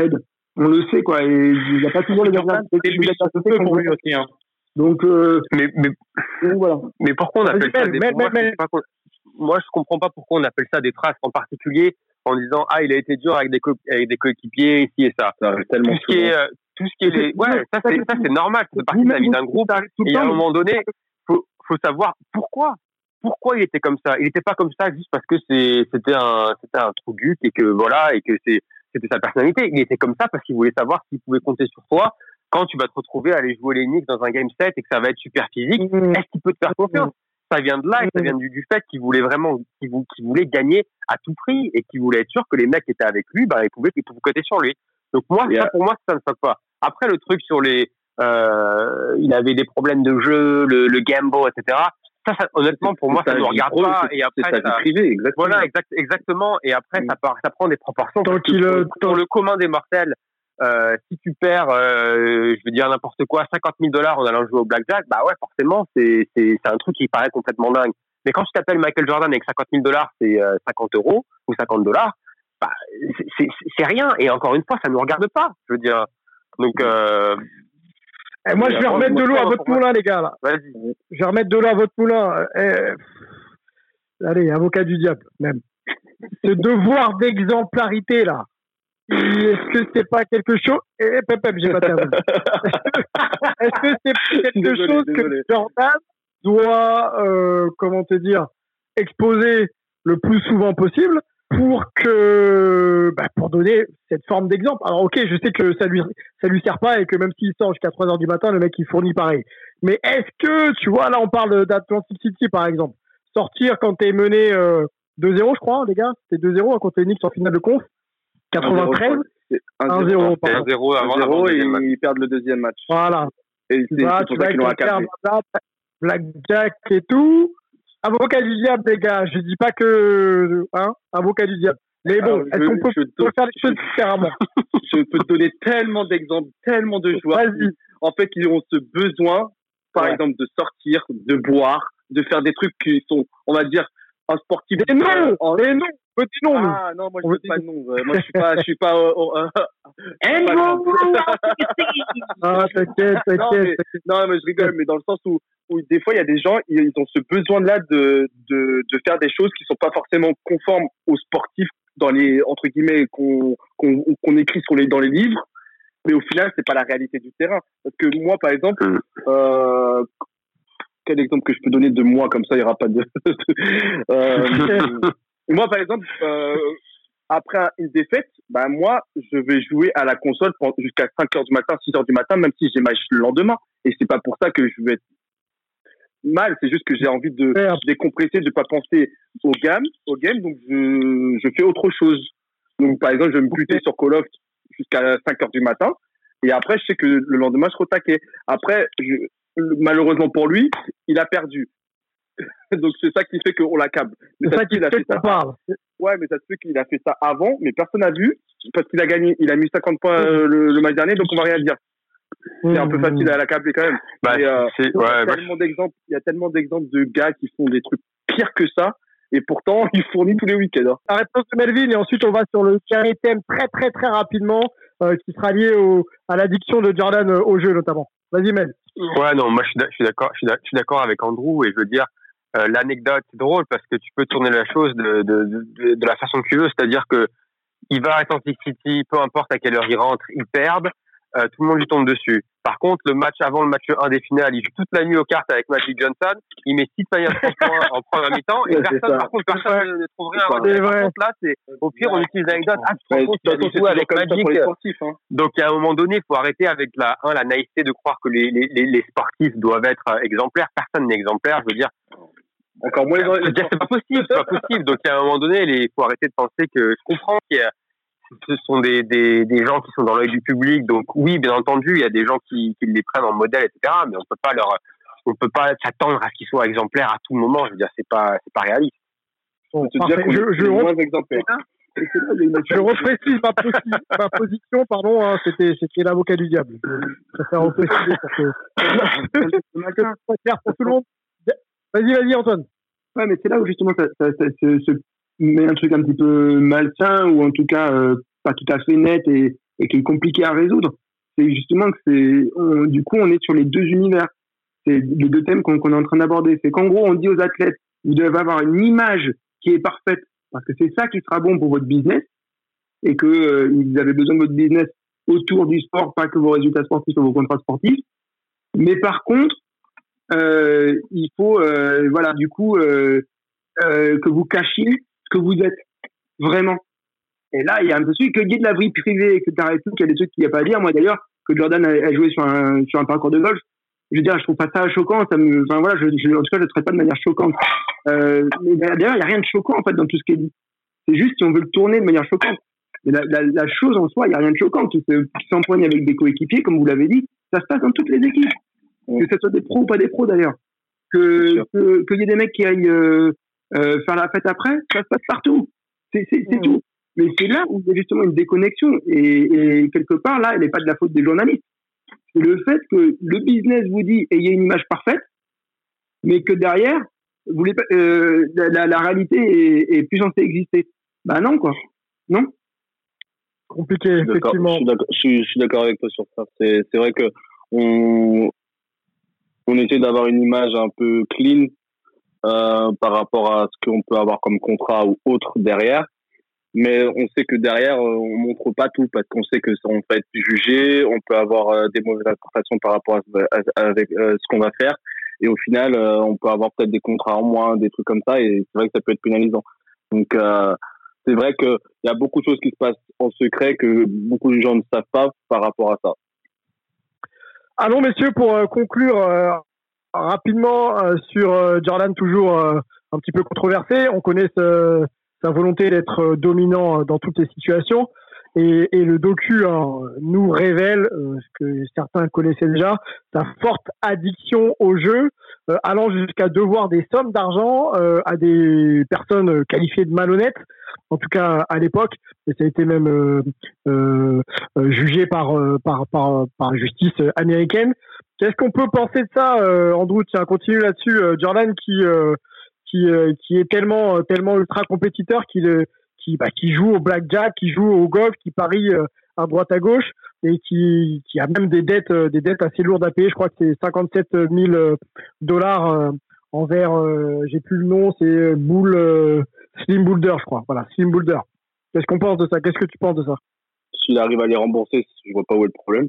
S4: On le sait, quoi. Et il n'y a pas toujours les
S3: Jordan, c'était lui, pour lui aussi, hein.
S4: Donc,
S2: voilà. Mais pourquoi on appelle ça des phrases? Moi, je comprends pas pourquoi on appelle ça des phrases en particulier en disant il a été dur avec des coéquipiers ici et ça. Tout ce qui est ça c'est normal, c'est partie de la vie d'un groupe. Et à un moment donné, faut savoir pourquoi il était comme ça. Il n'était pas comme ça juste parce que c'était un trou duc et que voilà et que c'était sa personnalité. Il était comme ça parce qu'il voulait savoir s'il pouvait compter sur toi quand tu vas te retrouver à aller jouer les Knicks dans un game set et que ça va être super physique. Est-ce qu'il peut te faire confiance? Ça vient de là et ça vient du fait qu'il voulait vraiment, qu'il voulait gagner à tout prix et qu'il voulait être sûr que les mecs qui étaient avec lui, ils pouvaient compter sur lui. Donc moi, pour moi, ça ne choque pas. Après, le truc sur il avait des problèmes de jeu, le gamble, etc. Ça, honnêtement, pour moi, ça ne nous regarde pas. Et après,
S5: c'est sa vie privée, exactement.
S2: Voilà, exactement. Et après, ça prend des proportions. Pour le commun des mortels, si tu perds, je veux dire n'importe quoi, $50,000 en allant jouer au blackjack, ouais, forcément, c'est un truc qui paraît complètement dingue. Mais quand tu t'appelles Michael Jordan avec $50,000, c'est 50 € ou $50, c'est rien. Et encore une fois, ça nous regarde pas. Je veux dire. Donc,
S1: moi, je vais remettre de l'eau à votre moulin, les gars. Là.
S2: Vas-y.
S1: Je vais remettre de l'eau à votre moulin. Allez, avocat du diable, même. Ce devoir d'exemplarité, là. Est-ce que c'est pas quelque chose... Pep, j'ai pas terminé. Est-ce que c'est quelque chose que Jordan doit, comment te dire, exposer le plus souvent possible pour donner cette forme d'exemple. Alors, ok, je sais que ça lui sert pas et que même s'il sort jusqu'à 3h du matin, le mec, il fournit pareil. Mais est-ce que, tu vois, là, on parle d'Atlantic City, par exemple. Sortir quand t'es mené 2-0, je crois, les gars. C'était 2-0 contre les Knicks en finale de conf. 93, 1-0
S5: avant et ils perdent le deuxième match.
S1: Voilà.
S5: Et c'est pour ça qu'ils l'ont accablé.
S1: Blackjack et tout. Avocat du diable, les gars. Je dis pas que... avocat du diable. Mais bon, est-ce qu'on peut faire les choses différemment?
S5: Je peux te donner tellement d'exemples, tellement de joueurs en fait, qui ont ce besoin, par exemple, de sortir, de boire, de faire des trucs qui sont, on va dire, un sportif.
S1: Et non, petit nom.
S5: Ah non, moi je dis pas de nom. Moi je suis pas.
S1: T'inquiète.
S5: Non, mais je rigole, mais dans le sens où des fois il y a des gens, ils ont ce besoin-là de faire des choses qui sont pas forcément conformes aux sportifs dans les entre guillemets qu'on écrit dans les livres, mais au final c'est pas la réalité du terrain. Parce que moi, par exemple. Quel exemple que je peux donner de moi, comme ça il n'y aura pas de... Moi, par exemple, après une défaite, moi, je vais jouer à la console jusqu'à 5h du matin, 6h du matin, même si j'ai match le lendemain. Et c'est pas pour ça que je vais être mal, c'est juste que j'ai envie de décompresser, de pas penser au game, donc je fais autre chose. Donc, par exemple, je vais me buter sur Call of jusqu'à 5h du matin, et après, je sais que le lendemain, je serai au taquet. Après, malheureusement pour lui, il a perdu. Donc c'est ça qui fait qu'on l'accable.
S1: C'est ça qui fait qu'on parle.
S5: Ouais, mais ça se fait qu'il a fait ça avant, mais personne n'a vu parce qu'il a gagné. Il a mis 50 points le match dernier, donc on va rien dire. C'est un peu facile à l'accabler quand même. Il y a tellement d'exemples de gars qui font des trucs pires que ça, et pourtant ils fournissent tous les week-ends.
S1: La réponse de Melvin, et ensuite on va sur le dernier thème très très très rapidement, qui sera lié à l'addiction de Jordan au jeu notamment. Vas-y Mel.
S2: Ouais, non, moi je suis d'accord avec Andrew, et je veux dire, l'anecdote c'est drôle parce que tu peux tourner la chose de la façon que tu veux, c'est-à-dire que il va à Atlantic City, peu importe à quelle heure il rentre, ils perdent, tout le monde lui tombe dessus. Par contre, le match 1 des finales, il joue toute la nuit aux cartes avec Magic Johnson, il met 6 paniers à 30 points en première mi-temps, et personne ne trouve rien à dire. Par contre, là, c'est, au pire, on utilise l'anecdote. Tu joues avec Magic. Donc, à un moment donné, il faut arrêter avec la naïveté de croire que les sportifs doivent être exemplaires. Personne n'est exemplaire, je veux dire.
S5: Encore moins
S2: c'est pas possible. Donc, à un moment donné, il faut arrêter de penser que, je comprends ce sont des gens qui sont dans l'œil du public, donc oui, bien entendu, il y a des gens qui les prennent en modèle, etc. Mais on peut pas s'attendre à ce qu'ils soient exemplaires à tout moment. Je veux dire, c'est pas réaliste.
S1: Je reprécise ma position, pardon, c'était l'avocat du diable. Je préfère repréciser pour que ça soit clair pour tout le monde. Vas-y, Antoine.
S4: Ouais, mais c'est là où justement ça se met un truc un petit peu malsain, ou en tout cas pas tout à fait net, et et qui est compliqué à résoudre. C'est justement que du coup, on est sur les deux univers. C'est les deux thèmes qu'on est en train d'aborder. C'est qu'en gros, on dit aux athlètes, vous devez avoir une image qui est parfaite, parce que c'est ça qui sera bon pour votre business, et que vous avez besoin de votre business autour du sport, pas que vos résultats sportifs ou vos contrats sportifs. Mais par contre, il faut, que vous cachiez ce que vous êtes vraiment. Et là, il y a un peu celui que il y ait de la vie privée, etc. Et tout, qu'il y a des trucs qu'il n'y a pas à dire. Moi, d'ailleurs, que Jordan a joué sur un parcours de golf, je veux dire, je trouve pas ça choquant. En tout cas, je le traite pas de manière choquante. Mais d'ailleurs, il y a rien de choquant, en fait, dans tout ce qui est dit. C'est juste si on veut le tourner de manière choquante. Mais la chose en soi, il y a rien de choquant. Qui s'empoigne avec des coéquipiers, comme vous l'avez dit, ça se passe dans toutes les équipes. Que ce soit des pros ou pas des pros, d'ailleurs. Qu'il y ait des mecs qui aillent faire la fête après, ça se passe partout. C'est tout. Mais c'est là où il y a justement une déconnexion. Et quelque part, là, elle n'est pas de la faute des journalistes. C'est le fait que le business vous dit ayez une image parfaite, mais que derrière, la réalité est plus censée exister. Bah non, quoi. Non.
S1: Compliqué, effectivement.
S5: Je suis d'accord avec toi sur ça. C'est vrai que on essaie d'avoir une image un peu clean par rapport à ce qu'on peut avoir comme contrat ou autre derrière. Mais on sait que derrière, on montre pas tout parce qu'on sait que on peut être jugé, on peut avoir des mauvaises interprétations par rapport avec ce qu'on va faire. Et au final, on peut avoir peut-être des contrats en moins, des trucs comme ça. Et c'est vrai que ça peut être pénalisant. Donc, c'est vrai qu'il y a beaucoup de choses qui se passent en secret que beaucoup de gens ne savent pas par rapport à ça.
S1: Allons, messieurs, pour conclure rapidement sur Jordan, toujours un petit peu controversé. On connaît sa volonté d'être dominant dans toutes les situations. Et le docu nous révèle ce que certains connaissaient déjà, sa forte addiction au jeu, allant jusqu'à devoir des sommes d'argent à des personnes qualifiées de malhonnêtes, en tout cas à l'époque, et ça a été même jugé par la justice américaine. Qu'est-ce qu'on peut penser de ça, Andrew? Tiens, continue là-dessus. Jordan qui est tellement ultra compétiteur qui joue au blackjack, qui joue au golf, qui parie à droite à gauche et qui a même des dettes assez lourdes à payer. Je crois que c'est $57 000 envers, j'ai plus le nom, c'est Slim Boulder, je crois. Voilà, Slim Boulder. Qu'est-ce qu'on pense de ça? Qu'est-ce que tu penses de ça?
S5: S'il arrive à les rembourser, je vois pas où est le problème.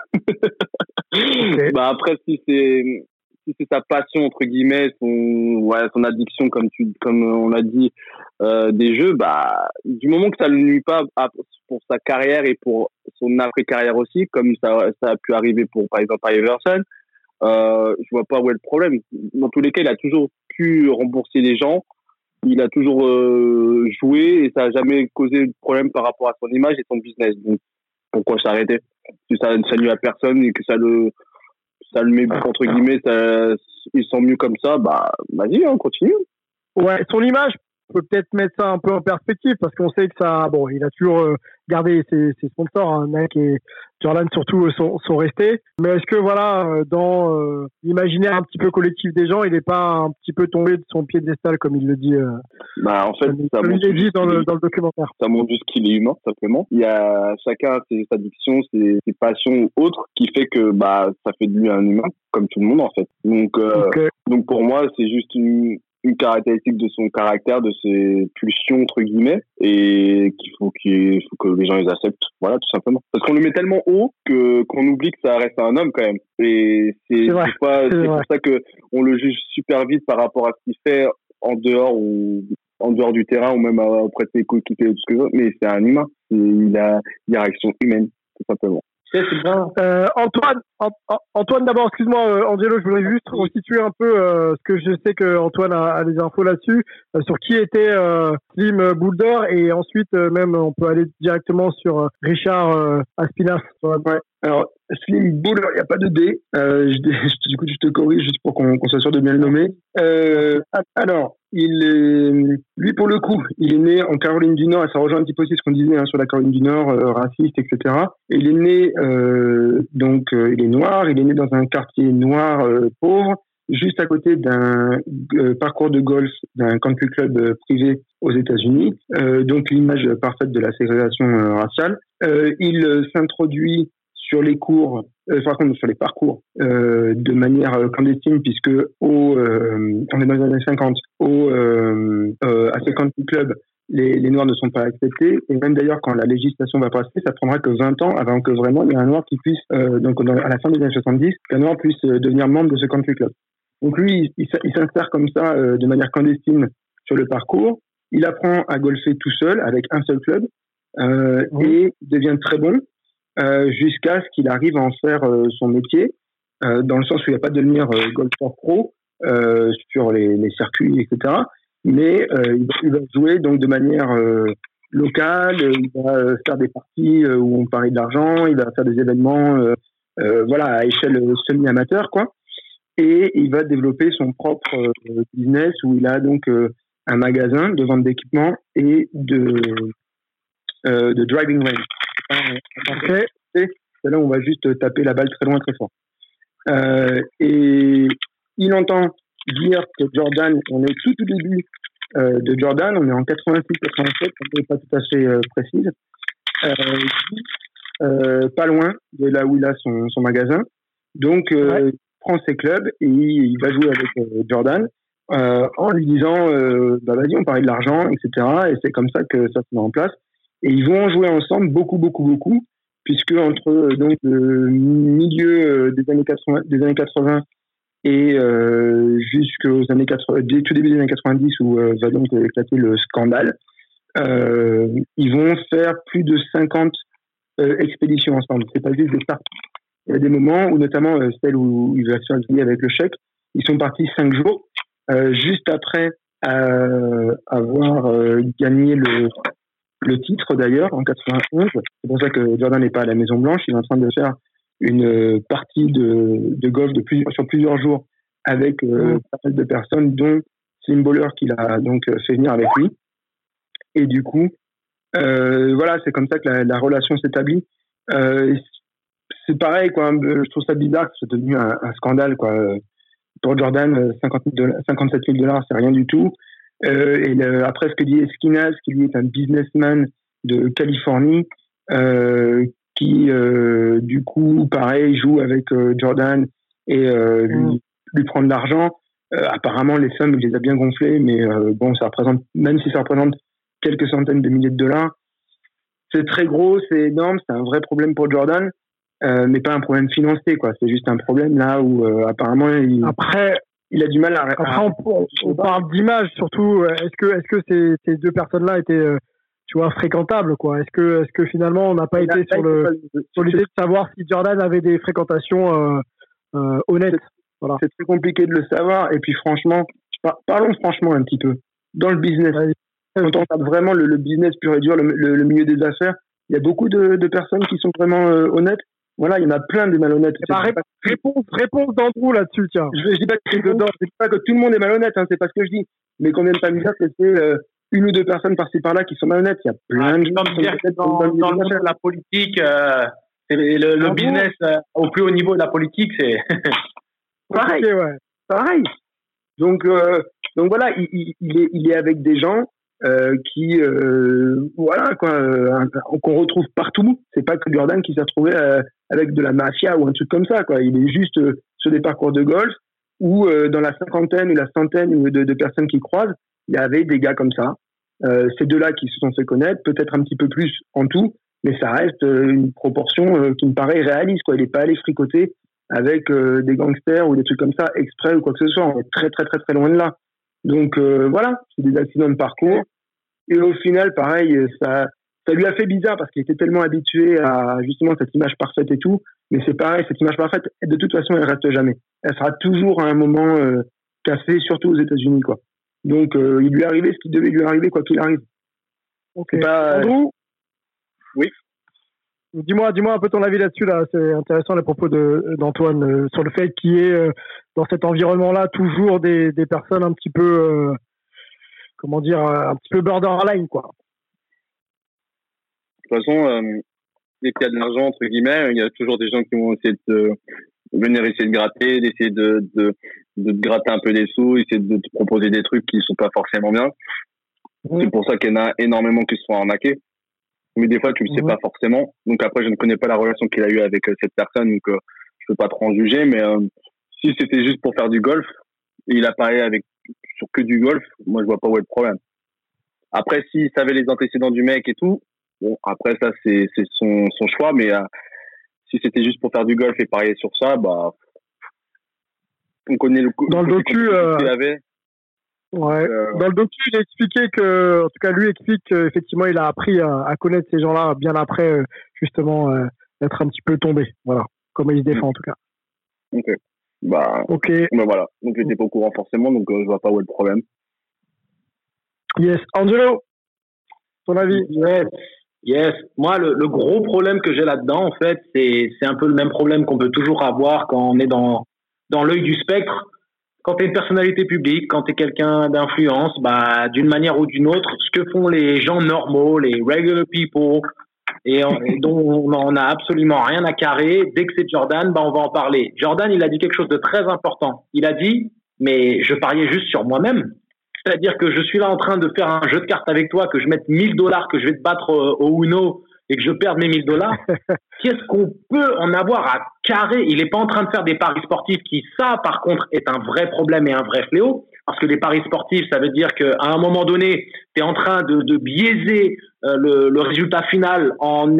S5: Okay. Bah après, si c'est sa passion entre guillemets, son addiction comme on l'a dit, des jeux, bah du moment que ça ne nuit pas pour sa carrière et pour son après carrière aussi, comme ça a pu arriver pour par exemple Iverson, je vois pas où est le problème. Dans tous les cas, il a toujours pu rembourser les gens, il a toujours joué et ça a jamais causé de problème par rapport à son image et son business. Donc pourquoi s'arrêter? Si ça nuit à personne et que ça le met entre guillemets, il sent mieux comme ça, bah vas-y, on continue.
S1: Ouais, son image peut peut-être mettre ça un peu en perspective parce qu'on sait que il a toujours gardé ses sponsors, Nike et Jordan surtout sont restés. Mais est-ce que dans l'imaginaire un petit peu collectif des gens, il n'est pas un petit peu tombé de son piédestal comme il le dit
S5: en fait,
S1: comme il le dit dans le documentaire.
S5: Ça montre juste qu'il est humain simplement. Il y a chacun ses addictions, ses passions ou autres qui fait que ça fait de lui un humain comme tout le monde en fait. Donc pour moi, c'est juste une caractéristique de son caractère, de ses pulsions entre guillemets, et qu'il faut que les gens les acceptent, voilà, tout simplement. Parce qu'on le met tellement haut qu'on oublie que ça reste un homme quand même. Et c'est pour ça que on le juge super vite par rapport à ce qu'il fait en dehors du terrain ou même auprès de ses coéquipiers ou tout ce que je veux. Mais c'est un humain, il a une réaction humaine, tout simplement.
S1: C'est bien. Antoine, d'abord, excuse-moi, Angelo, je voudrais juste restituer un peu ce que je sais que Antoine a les infos là-dessus, sur qui était Slim Boulder, et ensuite même on peut aller directement sur Richard Aspinas.
S4: Ouais. Alors Slim Boulder, il n'y a pas de D. Du coup, je te corrige juste pour qu'on soit sûr de bien le nommer. Alors, lui pour le coup, il est né en Caroline du Nord, et ça rejoint un petit peu aussi ce qu'on disait sur la Caroline du Nord, raciste, etc. Et il est né il est noir, il est né dans un quartier noir pauvre, juste à côté d'un parcours de golf d'un country club privé aux États-Unis, donc l'image parfaite de la ségrégation raciale. Il s'introduit sur les cours, sur les parcours de manière clandestine, puisque on est dans les années 50, à ce country club, les Noirs ne sont pas acceptés, et même d'ailleurs quand la législation va passer, ça prendra que 20 ans avant que vraiment il y ait un Noir qui puisse, à la fin des années 70, qu'un Noir puisse devenir membre de ce country club. Donc lui, il s'insère comme ça de manière clandestine sur le parcours, il apprend à golfer tout seul avec un seul club, et devient très bon, jusqu'à ce qu'il arrive à en faire son métier, dans le sens où il n'y a pas de devenir golfeur pro sur les circuits, etc., mais il va jouer donc de manière locale, il va faire des parties où on parie de l'argent, il va faire des événements à échelle semi-amateur, quoi, et il va développer son propre business où il a donc un magasin de vente d'équipements et de driving range. Okay. C'est là où on va juste taper la balle très loin, très fort. Et il entend dire que Jordan, on est tout au début de Jordan, on est en 86-87, on n'est pas tout à fait précise, pas loin de là où il a son magasin. Donc, il prend ses clubs et il va jouer avec Jordan en lui disant vas-y, on parie de l'argent, etc. Et c'est comme ça que ça se met en place. Et ils vont en jouer ensemble beaucoup, puisque entre donc le milieu des années 80 et jusqu'aux années 80, tout début des années 90 où va donc éclater le scandale, ils vont faire plus de 50 expéditions ensemble. C'est pas juste des starts. Il y a des moments où, notamment celle où il va se faire griller avec le chèque, ils sont partis 5 jours, juste après avoir gagné le titre d'ailleurs en 91. C'est pour ça que Jordan n'est pas à la Maison Blanche. Il est en train de faire une partie de golf sur plusieurs jours avec pas mal de personnes, dont Slim Bowler qu'il a donc fait venir avec lui. Et du coup, c'est comme ça que la relation s'établit. C'est pareil, quoi. Je trouve ça bizarre que c'est devenu un scandale, quoi. Pour Jordan, $57 000, c'est rien du tout. Après, ce que dit Esquinas, qui lui est un businessman de Californie, qui du coup, pareil, joue avec Jordan et lui prend de l'argent. Apparemment, les sommes, il les a bien gonflées, mais ça représente, même si ça représente quelques centaines de milliers de dollars, c'est très gros, c'est énorme, c'est un vrai problème pour Jordan, mais pas un problème financier, quoi. C'est juste un problème là où apparemment il a du mal à...
S1: Après, on parle d'image surtout. Est-ce que ces deux personnes-là étaient, fréquentables, quoi? Est-ce que finalement on n'a pas été sur l'idée de savoir si Jordan avait des fréquentations honnêtes? Voilà.
S4: C'est très compliqué de le savoir. Et puis franchement, parlons franchement un petit peu. Dans le business, quand on regarde vraiment le business pur et dur, le milieu des affaires, il y a beaucoup de personnes qui sont vraiment honnêtes. Voilà, il y en a plein des malhonnêtes.
S1: Réponse d'Andrew là-dessus, tiens.
S4: Je dis pas que tout le monde est malhonnête, hein, c'est pas ce que je dis. Mais qu'on vienne pas me dire que c'est une ou deux personnes par-ci par-là qui sont malhonnêtes. Il y a plein de gens qui sont
S3: dans le monde de la politique, le business au plus haut niveau de la politique, c'est
S4: pareil. Pareil. Donc voilà, il est avec des gens qui qu'on retrouve partout. C'est pas que Jordan qui s'est retrouvé avec de la mafia ou un truc comme ça, quoi. Il est juste sur des parcours de golf où dans la cinquantaine ou la centaine de personnes qui croisent, il y avait des gars comme ça. Ces deux-là qui se sont fait connaître, peut-être un petit peu plus en tout, mais ça reste une proportion qui me paraît réaliste, quoi. Il n'est pas allé fricoter avec des gangsters ou des trucs comme ça exprès ou quoi que ce soit. On est très très très très loin de là. Donc c'est des accidents de parcours. Et au final, pareil, ça lui a fait bizarre parce qu'il était tellement habitué à justement cette image parfaite et tout. Mais c'est pareil, cette image parfaite, de toute façon, elle reste jamais. Elle sera toujours à un moment cassée, surtout aux États-Unis, quoi. Donc il lui est arrivé ce qui devait lui arriver, quoi qu'il arrive.
S1: Ok. Andrew,
S5: oui.
S1: Dis-moi un peu ton avis là-dessus, là. C'est intéressant les propos d'Antoine sur le fait qu'il y ait dans cet environnement-là toujours des personnes un petit peu, un petit peu borderline, quoi.
S5: De toute façon, dès qu'il y a de l'argent, entre guillemets, il y a toujours des gens qui vont essayer de venir essayer de gratter, d'essayer de de te gratter un peu des sous, essayer de te proposer des trucs qui sont pas forcément bien. C'est pour ça qu'il y en a énormément qui se font arnaquer. Mais des fois, tu le sais pas forcément. Donc après, je ne connais pas la relation qu'il a eue avec cette personne, donc je peux pas trop en juger. Mais si c'était juste pour faire du golf, et il a parlé sur que du golf, moi je vois pas où est le problème. Après, s'il savait les antécédents du mec et tout, bon, après ça c'est son choix. Mais si c'était juste pour faire du golf et parier sur ça, bah on connaît
S1: dans le docu
S5: qu'il avait.
S1: Ouais. Dans le docu, il expliquait que, en tout cas, lui explique qu'effectivement, il a appris à connaître ces gens-là bien après, justement, être un petit peu tombé. Voilà. Comment il se défend, en tout cas.
S5: Ok. Bah voilà. Donc, j'étais pas au courant forcément, donc je vois pas où est le problème.
S1: Yes. Angelo, ton avis?
S3: Yes. Moi, le gros problème que j'ai là-dedans, en fait, c'est un peu le même problème qu'on peut toujours avoir quand on est dans l'œil du spectre. Quand tu es une personnalité publique, quand tu es quelqu'un d'influence, bah, d'une manière ou d'une autre, ce que font les gens normaux, les regular people, et dont on n'a absolument rien à carrer, dès que c'est Jordan, bah, on va en parler. Jordan, il a dit quelque chose de très important. Il a dit, mais je pariais juste sur moi-même. C'est-à-dire que je suis là en train de faire un jeu de cartes avec toi, que je mette $1000, que je vais te battre au Uno, et que je perds mes $1000, qu'est-ce qu'on peut en avoir à carrer? Il n'est pas en train de faire des paris sportifs qui, ça, par contre, est un vrai problème et un vrai fléau. Parce que les paris sportifs, ça veut dire qu'à un moment donné, tu es en train de biaiser le résultat final en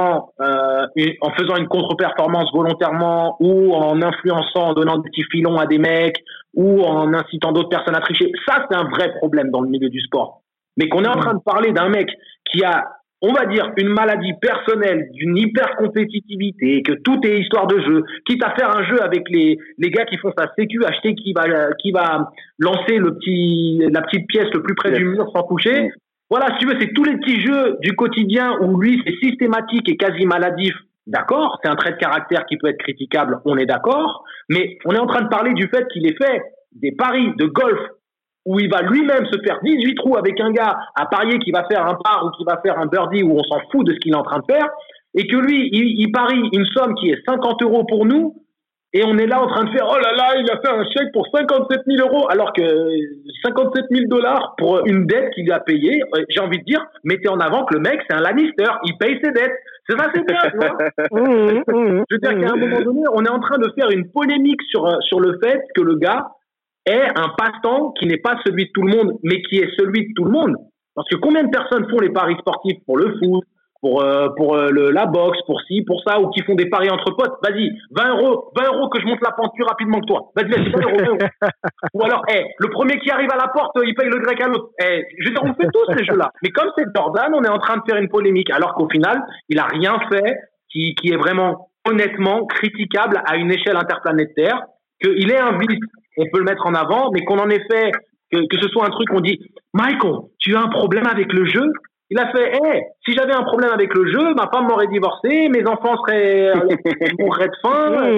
S3: faisant une contre-performance volontairement ou en influençant, en donnant des petits filons à des mecs ou en incitant d'autres personnes à tricher. Ça, c'est un vrai problème dans le milieu du sport. Mais qu'on est en train de parler d'un mec qui a, on va dire, une maladie personnelle, d'une hyper-compétitivité, que tout est histoire de jeu, quitte à faire un jeu avec les gars qui font sa sécu, acheter qui va lancer la petite pièce le plus près du mur sans toucher. Voilà, si tu veux, c'est tous les petits jeux du quotidien où lui, c'est systématique et quasi maladif. D'accord, c'est un trait de caractère qui peut être critiquable, on est d'accord, mais on est en train de parler du fait qu'il ait fait des paris de golf où il va lui-même se faire 18 trous avec un gars à parier qui va faire un par ou qui va faire un birdie où on s'en fout de ce qu'il est en train de faire, et que lui, il parie une somme qui est 50 € pour nous, et on est là en train de faire, oh là là, il a fait un chèque pour 57 000 €, alors que 57 000 $ pour une dette qu'il a payée, j'ai envie de dire, mettez en avant que le mec, c'est un Lannister, il paye ses dettes. C'est ça, c'est bien, tu vois. Je veux dire qu'à un moment donné, on est en train de faire une polémique sur le fait que le gars est un passe-temps qui n'est pas celui de tout le monde, mais qui est celui de tout le monde. Parce que combien de personnes font les paris sportifs pour le foot, pour la boxe, pour ci, pour ça, ou qui font des paris entre potes? Vas-y, 20 € que je monte la pente plus rapidement que toi. Vas-y, 20 €. Ou alors, le premier qui arrive à la porte, il paye le grec à l'autre. Je veux dire, on fait tous ces jeux-là. Mais comme c'est Jordan, on est en train de faire une polémique, alors qu'au final, il a rien fait qui est vraiment, honnêtement, critiquable à une échelle interplanétaire, qu'il est un vice. On peut le mettre en avant, mais qu'on en ait fait, que ce soit un truc qu'on dit, Michael, tu as un problème avec le jeu? Il a fait, si j'avais un problème avec le jeu, ma femme m'aurait divorcé, mes enfants mourraient de faim.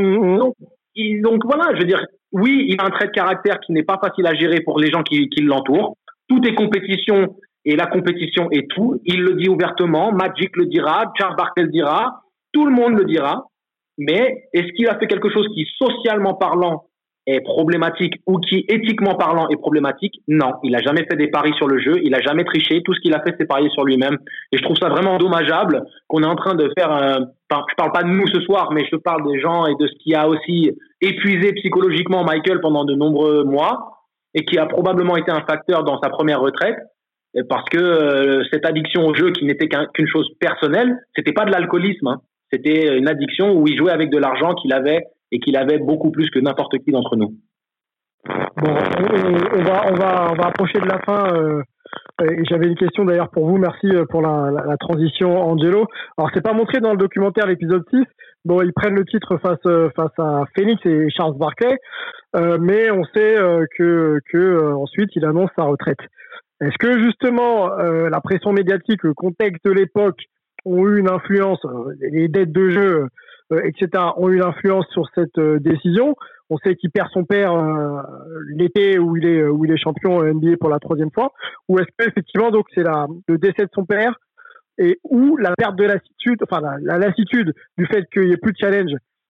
S3: Donc voilà, je veux dire, oui, il a un trait de caractère qui n'est pas facile à gérer pour les gens qui l'entourent. Tout est compétition et la compétition est tout. Il le dit ouvertement, Magic le dira, Charles Barkley le dira, tout le monde le dira. Mais est-ce qu'il a fait quelque chose qui, socialement parlant, est problématique ou qui, éthiquement parlant, est problématique? Non, il n'a jamais fait des paris sur le jeu, il n'a jamais triché, tout ce qu'il a fait, c'est parier sur lui-même. Et je trouve ça vraiment dommageable qu'on est en train de faire je parle pas de nous ce soir, mais je parle des gens et de ce qui a aussi épuisé psychologiquement Michael pendant de nombreux mois et qui a probablement été un facteur dans sa première retraite, parce que cette addiction au jeu qui n'était qu'une chose personnelle, c'était pas de l'alcoolisme, hein. C'était une addiction où il jouait avec de l'argent qu'il avait beaucoup plus que n'importe qui d'entre nous.
S1: Bon, on va approcher de la fin. Et j'avais une question d'ailleurs pour vous. Merci pour la transition, Angelo. Alors, c'est pas montré dans le documentaire, l'épisode 6. Bon, ils prennent le titre face à Phoenix et Charles Barkley, mais on sait que ensuite il annonce sa retraite. Est-ce que justement la pression médiatique, le contexte de l'époque ont eu une influence, les dettes de jeu, etc., ont eu une influence sur cette décision? On sait qu'il perd son père l'été où il est champion NBA pour la 3e fois. Ou est-ce que effectivement donc c'est le décès de son père ou la perte de lassitude, enfin la lassitude du fait qu'il n'y ait plus de challenge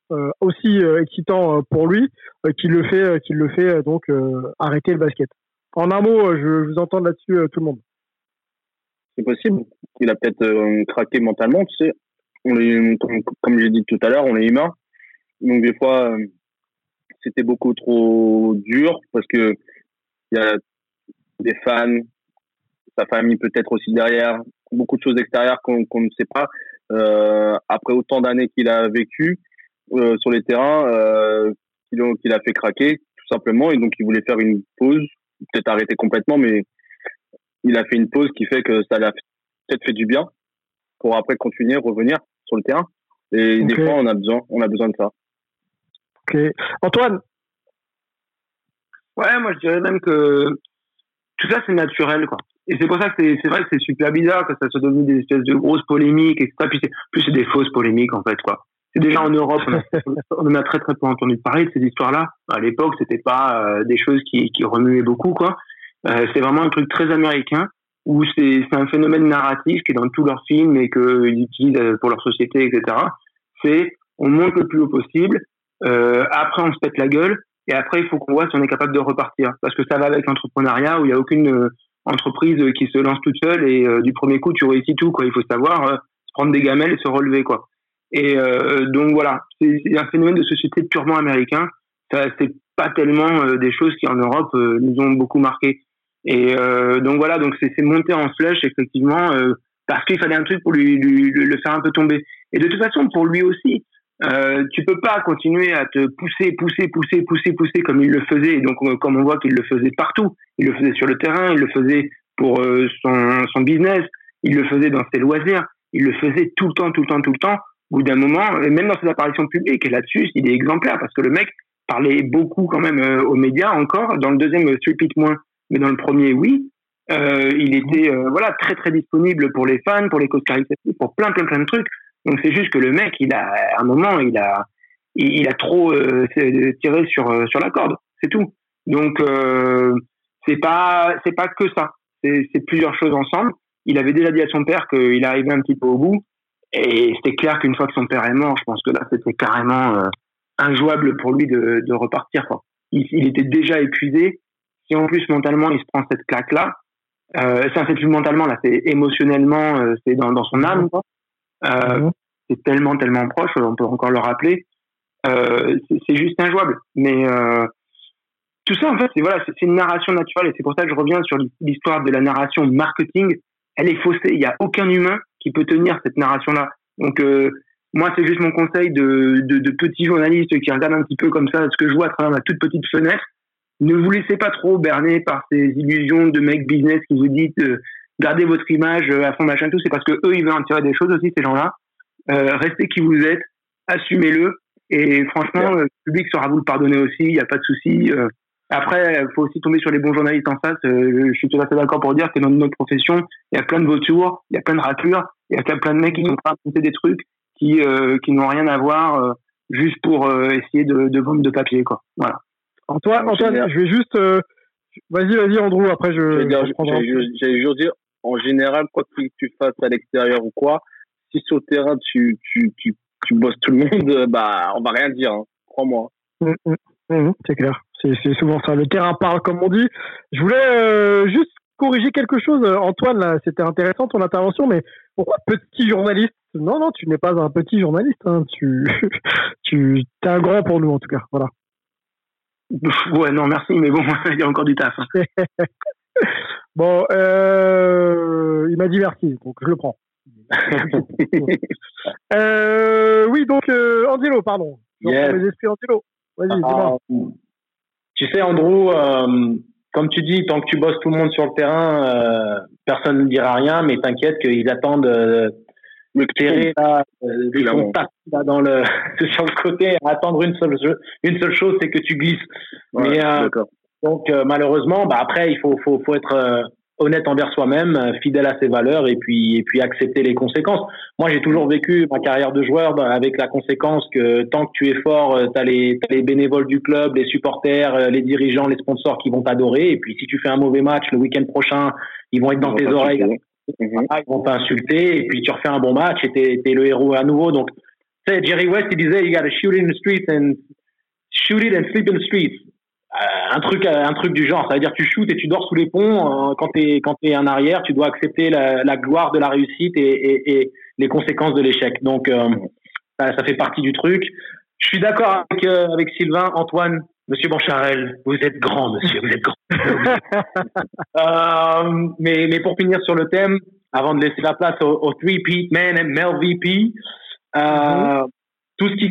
S1: aussi excitant pour lui qu'il le fait donc arrêter le basket. En un mot, je vous entends là-dessus tout le monde.
S5: C'est possible. Il a peut-être craqué mentalement, tu sais. Comme j'ai dit tout à l'heure, on est humain. Donc des fois, c'était beaucoup trop dur parce que il y a des fans, sa famille peut-être aussi derrière, beaucoup de choses extérieures qu'on ne sait pas. Après autant d'années qu'il a vécu sur les terrains, qu'il a fait craquer tout simplement, et donc il voulait faire une pause, peut-être arrêter complètement, mais il a fait une pause qui fait que ça l'a peut-être fait du bien pour après continuer, revenir sur le terrain. Et des fois, on a besoin de ça.
S1: Ok. Antoine?
S4: Ouais, moi je dirais même que tout ça c'est naturel, quoi. Et c'est pour ça que c'est vrai que c'est super bizarre que ça soit devenu des espèces de grosses polémiques, etc. Puis c'est des fausses polémiques, en fait, quoi. C'est déjà en Europe, on en a très très peu entendu parler de ces histoires-là. À l'époque, c'était pas des choses qui remuaient beaucoup, quoi. C'est vraiment un truc très américain où c'est un phénomène narratif qui est dans tous leurs films et qu'ils utilisent pour leur société, etc. C'est on monte le plus haut possible, après on se pète la gueule, et après il faut qu'on voit si on est capable de repartir. Parce que ça va avec l'entrepreneuriat où il n'y a aucune entreprise qui se lance toute seule et du premier coup tu réussis tout, quoi. Il faut savoir se prendre des gamelles et se relever, quoi. Et donc voilà, c'est un phénomène de société purement américain. C'est pas tellement des choses qui en Europe nous ont beaucoup marqué. Et donc voilà, donc c'est monté en flèche effectivement parce qu'il fallait un truc pour le faire un peu tomber. Et de toute façon pour lui aussi, tu peux pas continuer à te pousser comme il le faisait. Et donc comme on voit qu'il le faisait partout, il le faisait sur le terrain, il le faisait pour son business, il le faisait dans ses loisirs, il le faisait tout le temps. Au bout d'un moment, et même dans ses apparitions publiques, et là-dessus, il est exemplaire parce que le mec parlait beaucoup quand même aux médias encore. Dans le deuxième, Street moins, mais dans le premier, oui. Il était voilà très très disponible pour les fans, pour les causes caritatives, pour plein de trucs. Donc c'est juste que le mec, à un moment, il a trop tiré sur la corde, c'est tout. Donc c'est pas que ça, c'est plusieurs choses ensemble. Il avait déjà dit à son père qu'il arrivait un petit peu au bout. Et c'était clair qu'une fois que son père est mort, je pense que là, c'était carrément injouable pour lui de repartir, quoi. Il était déjà épuisé. Si en plus, mentalement, il se prend cette claque-là, c'est plus mentalement, là, c'est émotionnellement, c'est dans son âme, quoi. C'est tellement proche, on peut encore le rappeler. C'est juste injouable. Mais tout ça, en fait, c'est une narration naturelle. Et c'est pour ça que je reviens sur l'histoire de la narration marketing. Elle est faussée. Il n'y a aucun humain qui peut tenir cette narration-là. Donc, moi, c'est juste mon conseil de petits journalistes qui regardent un petit peu comme ça ce que je vois à travers ma toute petite fenêtre. Ne vous laissez pas trop berner par ces illusions de mecs business qui vous disent gardez votre image à fond, machin, tout. C'est parce que eux, ils veulent en tirer des choses aussi, ces gens-là. Restez qui vous êtes, assumez-le. Et franchement, le public saura vous le pardonner aussi, il n'y a pas de souci. Après, il faut aussi tomber sur les bons journalistes en face. Je suis tout à fait d'accord pour dire que dans notre profession, il y a plein de vautours, il y a plein de raclures, il y a plein de mecs qui sont prêts à raconter des trucs qui n'ont rien à voir juste pour essayer de vendre de papier, quoi. Voilà.
S1: Antoine, je vais juste... Vas-y, Andrew, après
S5: J'allais juste dire, en général, quoi que tu fasses à l'extérieur ou quoi, si sur le terrain tu bosses tout le monde, bah on va rien dire, hein, crois-moi.
S1: C'est clair. C'est souvent ça. Le terrain parle, comme on dit. Je voulais juste corriger quelque chose. Antoine, là, c'était intéressant ton intervention, mais pourquoi petit journaliste? Non, tu n'es pas un petit journaliste. Hein. Tu es un grand pour nous, en tout cas. Voilà.
S4: Ouais, non, merci, mais bon, il y a encore du taf. Hein.
S1: Bon, il m'a dit merci, donc je le prends. Oui, donc, Angelo, pardon.
S3: Yes.
S1: Les esprits Angelo. Vas-y, dis-moi.
S3: Tu sais, Andrew, comme tu dis, tant que tu bosses tout le monde sur le terrain, personne ne dira rien, mais t'inquiète qu'ils attendent le terrain là, son tac là dans le sur le côté, à attendre une seule chose, c'est que tu glisses.
S5: Ouais,
S3: mais donc malheureusement, après il faut être honnête envers soi-même, fidèle à ses valeurs et puis accepter les conséquences. Moi, j'ai toujours vécu ma carrière de joueur avec la conséquence que tant que tu es fort, t'as les bénévoles du club, les supporters, les dirigeants, les sponsors qui vont t'adorer. Et puis, si tu fais un mauvais match le week-end prochain, ils vont être dans tes oreilles, ils vont t'insulter. Et puis, tu refais un bon match et t'es le héros à nouveau. Donc, sais, Jerry West, il disait, you gotta shoot it in the streets and shoot it and sleep in the streets. Un truc du genre. Ça veut dire, tu shootes et tu dors sous les ponts. Quand t'es un arrière, tu dois accepter la gloire de la réussite et les conséquences de l'échec. Donc, ça fait partie du truc. Je suis d'accord avec Sylvain. Antoine, Monsieur Bancharel, vous êtes grand, monsieur, vous êtes grand. Mais pour finir sur le thème, avant de laisser la place au three-peat man and Mel VP, tout ce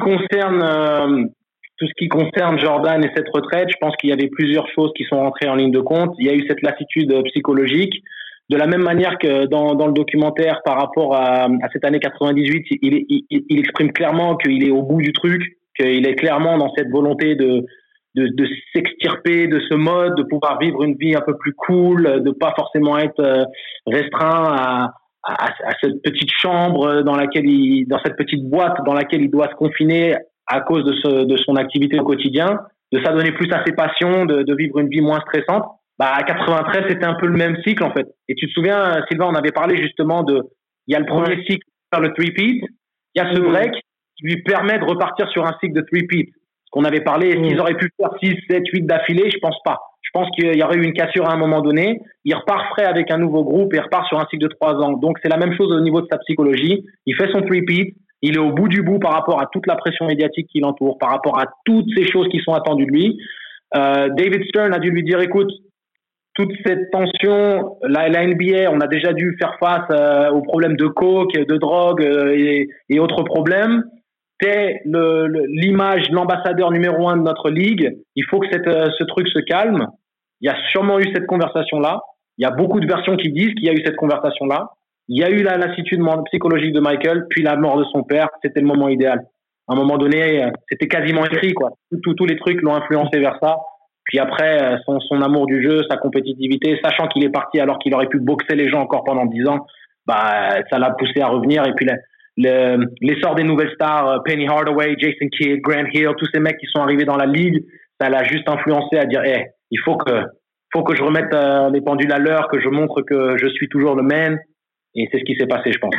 S3: qui concerne Jordan et cette retraite, je pense qu'il y avait plusieurs choses qui sont rentrées en ligne de compte. Il y a eu cette lassitude psychologique. De la même manière que dans le documentaire par rapport à cette année 98, il exprime clairement qu'il est au bout du truc, qu'il est clairement dans cette volonté de s'extirper de ce mode, de pouvoir vivre une vie un peu plus cool, de pas forcément être restreint à cette petite chambre dans cette petite boîte dans laquelle il doit se confiner à cause de son activité au quotidien, de s'adonner plus à ses passions, de vivre une vie moins stressante. À 93, c'était un peu le même cycle, en fait. Et tu te souviens, Sylvain, on avait parlé justement il y a le premier cycle, faire le three-peat, il y a ce break qui lui permet de repartir sur un cycle de three-peat. Ce qu'on avait parlé, est-ce qu'ils auraient pu faire 6, 7, 8 d'affilée? Je pense pas. Je pense qu'il y aurait eu une cassure à un moment donné. Il repart frais avec un nouveau groupe et repart sur un cycle de 3 ans. Donc, c'est la même chose au niveau de sa psychologie. Il fait son three-peat. Il est au bout du bout par rapport à toute la pression médiatique qui l'entoure, par rapport à toutes ces choses qui sont attendues de lui. David Stern a dû lui dire, écoute, toute cette tension, la NBA, on a déjà dû faire face aux problèmes de coke, de drogue et autres problèmes. T'es l'image, l'ambassadeur numéro 1 de notre ligue. Il faut que ce truc se calme. Il y a sûrement eu cette conversation-là. Il y a beaucoup de versions qui disent qu'il y a eu cette conversation-là. Il y a eu la lassitude psychologique de Michael, puis la mort de son père. C'était le moment idéal. À un moment donné, c'était quasiment écrit, quoi. Tous les trucs l'ont influencé vers ça. Puis après, son amour du jeu, sa compétitivité, sachant qu'il est parti alors qu'il aurait pu boxer les gens encore pendant 10 ans, ça l'a poussé à revenir. Et puis l'essor des nouvelles stars, Penny Hardaway, Jason Kidd, Grant Hill, tous ces mecs qui sont arrivés dans la ligue, ça l'a juste influencé à dire, il faut que je remette les pendules à l'heure, que je montre que je suis toujours le man. Et c'est ce qui s'est passé, je pense.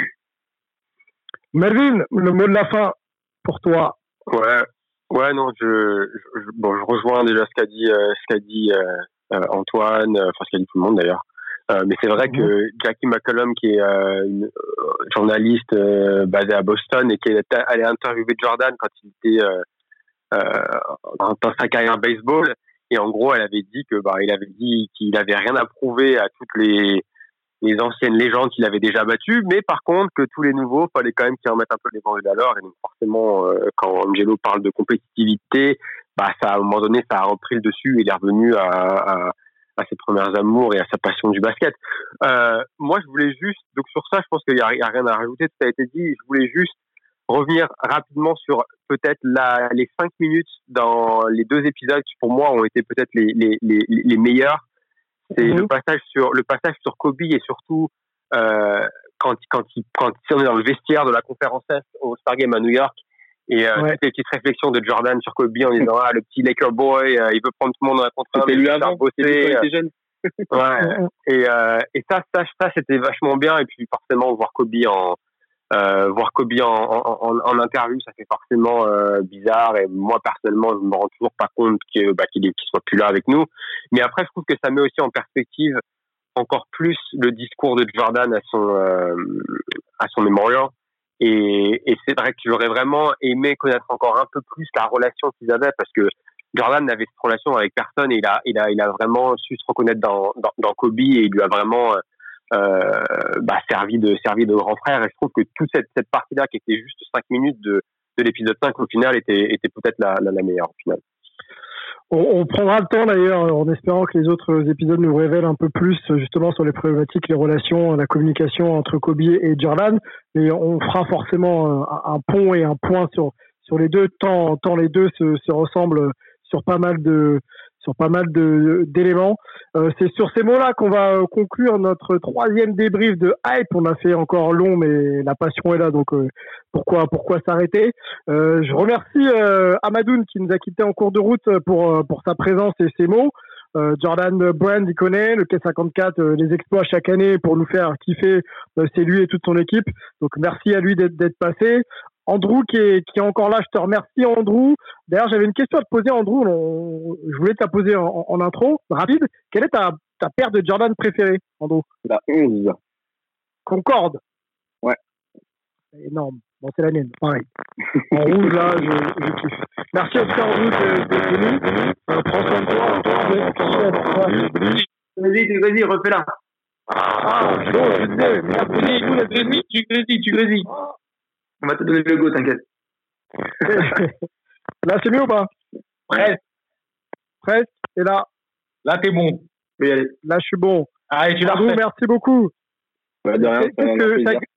S1: Melvin, le mot de la fin pour toi.
S2: Ouais, non, je rejoins déjà ce qu'a dit Antoine, enfin ce qu'a dit tout le monde d'ailleurs. Mais c'est vrai que Jackie McCollum, qui est une journaliste basée à Boston et qui est allée interviewer Jordan quand il était dans sa carrière baseball, et en gros, elle avait dit il avait dit qu'il avait rien à prouver à toutes les anciennes légendes qu'il avait déjà battues, mais par contre que tous les nouveaux, fallait quand même qu'ils remettent un peu les pendules à l'heure. Et donc forcément, quand Angelo parle de compétitivité, ça à un moment donné, ça a repris le dessus. Il est revenu à ses premières amours et à sa passion du basket. Moi, je voulais juste, donc sur ça, je pense qu'il y a rien à rajouter, tout a été dit. Je voulais juste revenir rapidement sur peut-être les 5 minutes dans les 2 épisodes qui pour moi ont été peut-être les meilleurs. C'est le passage sur Kobe et surtout quand on est dans le vestiaire de la conférence Est au Star Game à New York et toutes les petites réflexions de Jordan sur Kobe en disant le petit Laker boy, il veut prendre tout le monde dans la contre-1.
S5: C'était lui avant, c'était quand il était jeune.
S2: Et ça c'était vachement bien. Et puis forcément voir Kobe en interview, ça fait forcément bizarre. Et moi personnellement, je me rends toujours pas compte qu'il soit plus là avec nous. Mais après, je trouve que ça met aussi en perspective encore plus le discours de Jordan à son mémorial. Et c'est vrai que j'aurais vraiment aimé connaître encore un peu plus la relation qu'ils avaient, parce que Jordan n'avait cette relation avec personne et il a vraiment su se reconnaître dans Kobe, et il lui a vraiment servi de grand frère. Et je trouve que toute cette partie-là, qui était juste 5 minutes de l'épisode 5, au final était peut-être la meilleure au final.
S1: On prendra le temps d'ailleurs, en espérant que les autres épisodes nous révèlent un peu plus justement sur les problématiques, les relations, la communication entre Kobe et Jordan. Et on fera forcément un pont et un point sur les deux, tant les deux se ressemblent sur pas mal d'éléments. C'est sur ces mots-là qu'on va conclure notre 3e débrief de Hype. On a fait encore long, mais la passion est là, donc pourquoi s'arrêter? Je remercie Amadoun qui nous a quittés en cours de route pour sa présence et ses mots. Jordan Brand, il connaît le K54, les exploits chaque année pour nous faire kiffer, c'est lui et toute son équipe. Donc merci à lui d'être passé. Andrew qui est encore là. Je te remercie, Andrew. D'ailleurs, j'avais une question à te poser, Andrew. Je voulais te la poser en intro, rapide. Quelle est ta paire de Jordan préférée, Andrew?
S5: La 11.
S1: Concorde.
S5: Ouais.
S1: Énorme. Bon, c'est la mienne, pareil. En rouge, là, je kiffe. Merci à toi, Andrew, d'être venu. Prends soin de toi.
S4: Vas-y, refais-la. Tu grésilles. On va te donner le go, t'inquiète.
S1: Là, c'est mieux ou pas? Presque. Et là?
S3: Là, t'es bon.
S4: Oui, allez.
S1: Là, je suis bon.
S3: Allez, tu l'as refait.
S1: Merci beaucoup.
S5: Ouais, de rien, ça m'a fait plaisir.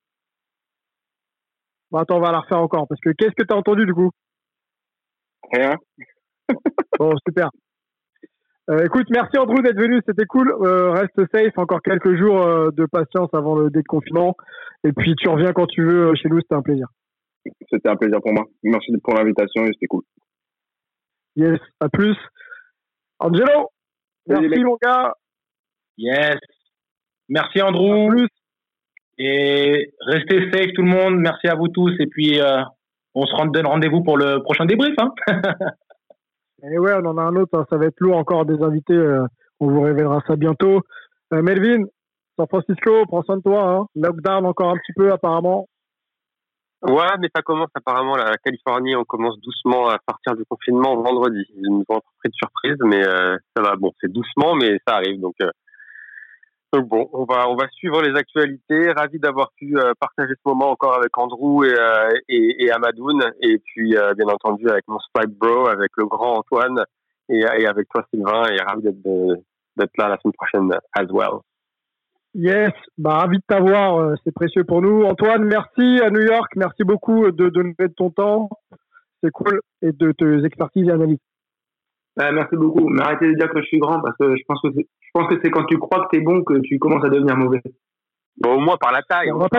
S1: Bon, attends, on va la refaire encore. Parce que qu'est-ce que t'as entendu, du coup?
S5: Rien.
S1: Bon, super. Écoute, merci Andrew d'être venu, c'était cool. Reste safe, encore quelques jours de patience avant le déconfinement. Et puis tu reviens quand tu veux chez nous, c'était un plaisir.
S5: C'était un plaisir pour moi. Merci pour l'invitation et c'était cool.
S1: Yes, à plus. Angelo, merci mon gars.
S3: Yes. Merci Andrew.
S1: À plus.
S3: Et restez safe tout le monde. Merci à vous tous. Et puis on se donne rendez-vous pour le prochain débrief. Hein.
S1: Et ouais, on en a un autre, hein. Ça va être lourd encore des invités. On vous révélera ça bientôt. Melvin, San Francisco, prends soin de toi. Hein. Lockdown encore un petit peu apparemment.
S2: Ouais, mais ça commence apparemment. La Californie, on commence doucement à sortir du confinement vendredi. Ils nous ont pris de surprise, mais ça va. Bon, c'est doucement, mais ça arrive. Donc bon, on va suivre les actualités. Ravi d'avoir pu partager ce moment encore avec Andrew et Amadoun, et puis bien entendu avec mon Spike Bro, avec le grand Antoine et avec toi Sylvain, et ravi d'être là la semaine prochaine as well.
S1: Yes, ravi de t'avoir, c'est précieux pour nous. Antoine, merci à New York, merci beaucoup de donner de ton temps, c'est cool, et de tes expertises et analyses.
S4: Merci beaucoup, mais arrêtez de dire que je suis grand, parce que je pense que c'est quand tu crois que t'es bon que tu commences à devenir mauvais.
S2: Bon, au moins par la taille.
S1: On va pas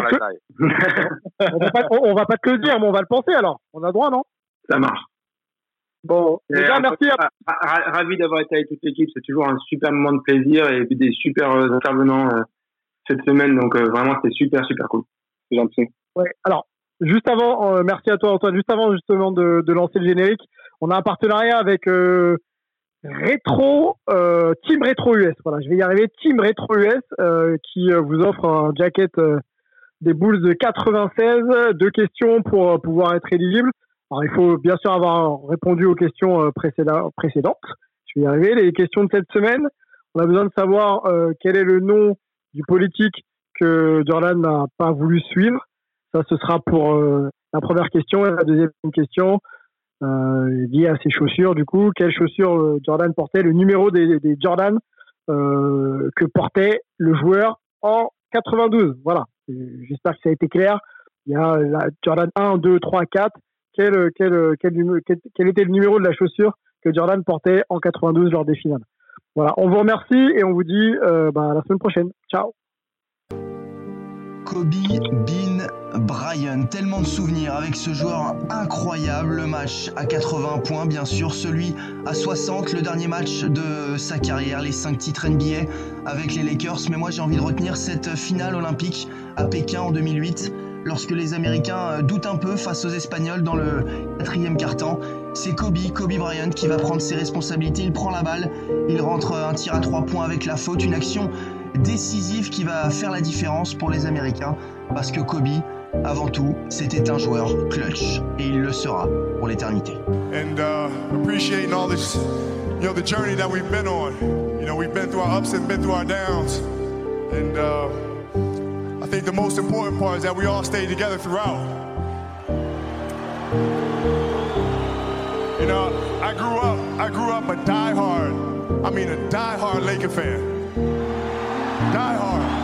S1: te le dire, mais on va le penser alors. On a droit, non?
S4: Ça marche.
S1: Bon, déjà, merci.
S4: Ravi d'avoir été avec toute l'équipe. C'est toujours un super moment de plaisir et des super intervenants cette semaine. Donc vraiment, c'était super, super cool.
S5: C'est gentil.
S1: Ouais, alors, juste avant, merci à toi Antoine, juste avant justement de lancer le générique, on a un partenariat avec Team Retro US. Voilà, je vais y arriver. Team Retro US qui vous offre un jacket des Bulls de 96, 2 questions pour pouvoir être éligible. Alors, il faut bien sûr avoir répondu aux questions précédentes. Je vais y arriver. Les questions de cette semaine, on a besoin de savoir quel est le nom du politique que Jordan n'a pas voulu suivre. Ça, ce sera pour la première question. Et la deuxième question, liée à ses chaussures, du coup. Quelles chaussures Jordan portait? Le numéro des Jordan que portait le joueur en 92. Voilà. J'espère que ça a été clair. Il y a la Jordan 1, 2, 3, 4. Quel était le numéro de la chaussure que Jordan portait en 92 lors des finales? Voilà. On vous remercie et on vous dit à la semaine prochaine. Ciao.
S6: Kobe Bean Bryant, tellement de souvenirs avec ce joueur incroyable. Le match à 80 points, bien sûr, celui à 60, le dernier match de sa carrière, les 5 titres NBA avec les Lakers. Mais moi, j'ai envie de retenir cette finale olympique à Pékin en 2008, lorsque les Américains doutent un peu face aux Espagnols dans le 4e quart-temps. C'est Kobe Bryant qui va prendre ses responsabilités. Il prend la balle, il rentre un tir à 3 points avec la faute, une action décisive qui va faire la différence pour les Américains, parce que Kobe, avant tout, c'était un joueur clutch, et il le sera pour l'éternité.
S7: And appreciating all this, the journey that we've been on. We've been through our ups and been through our downs. And I think the most important part is that we all stayed together throughout. I grew up a diehard Laker fan. Die hard.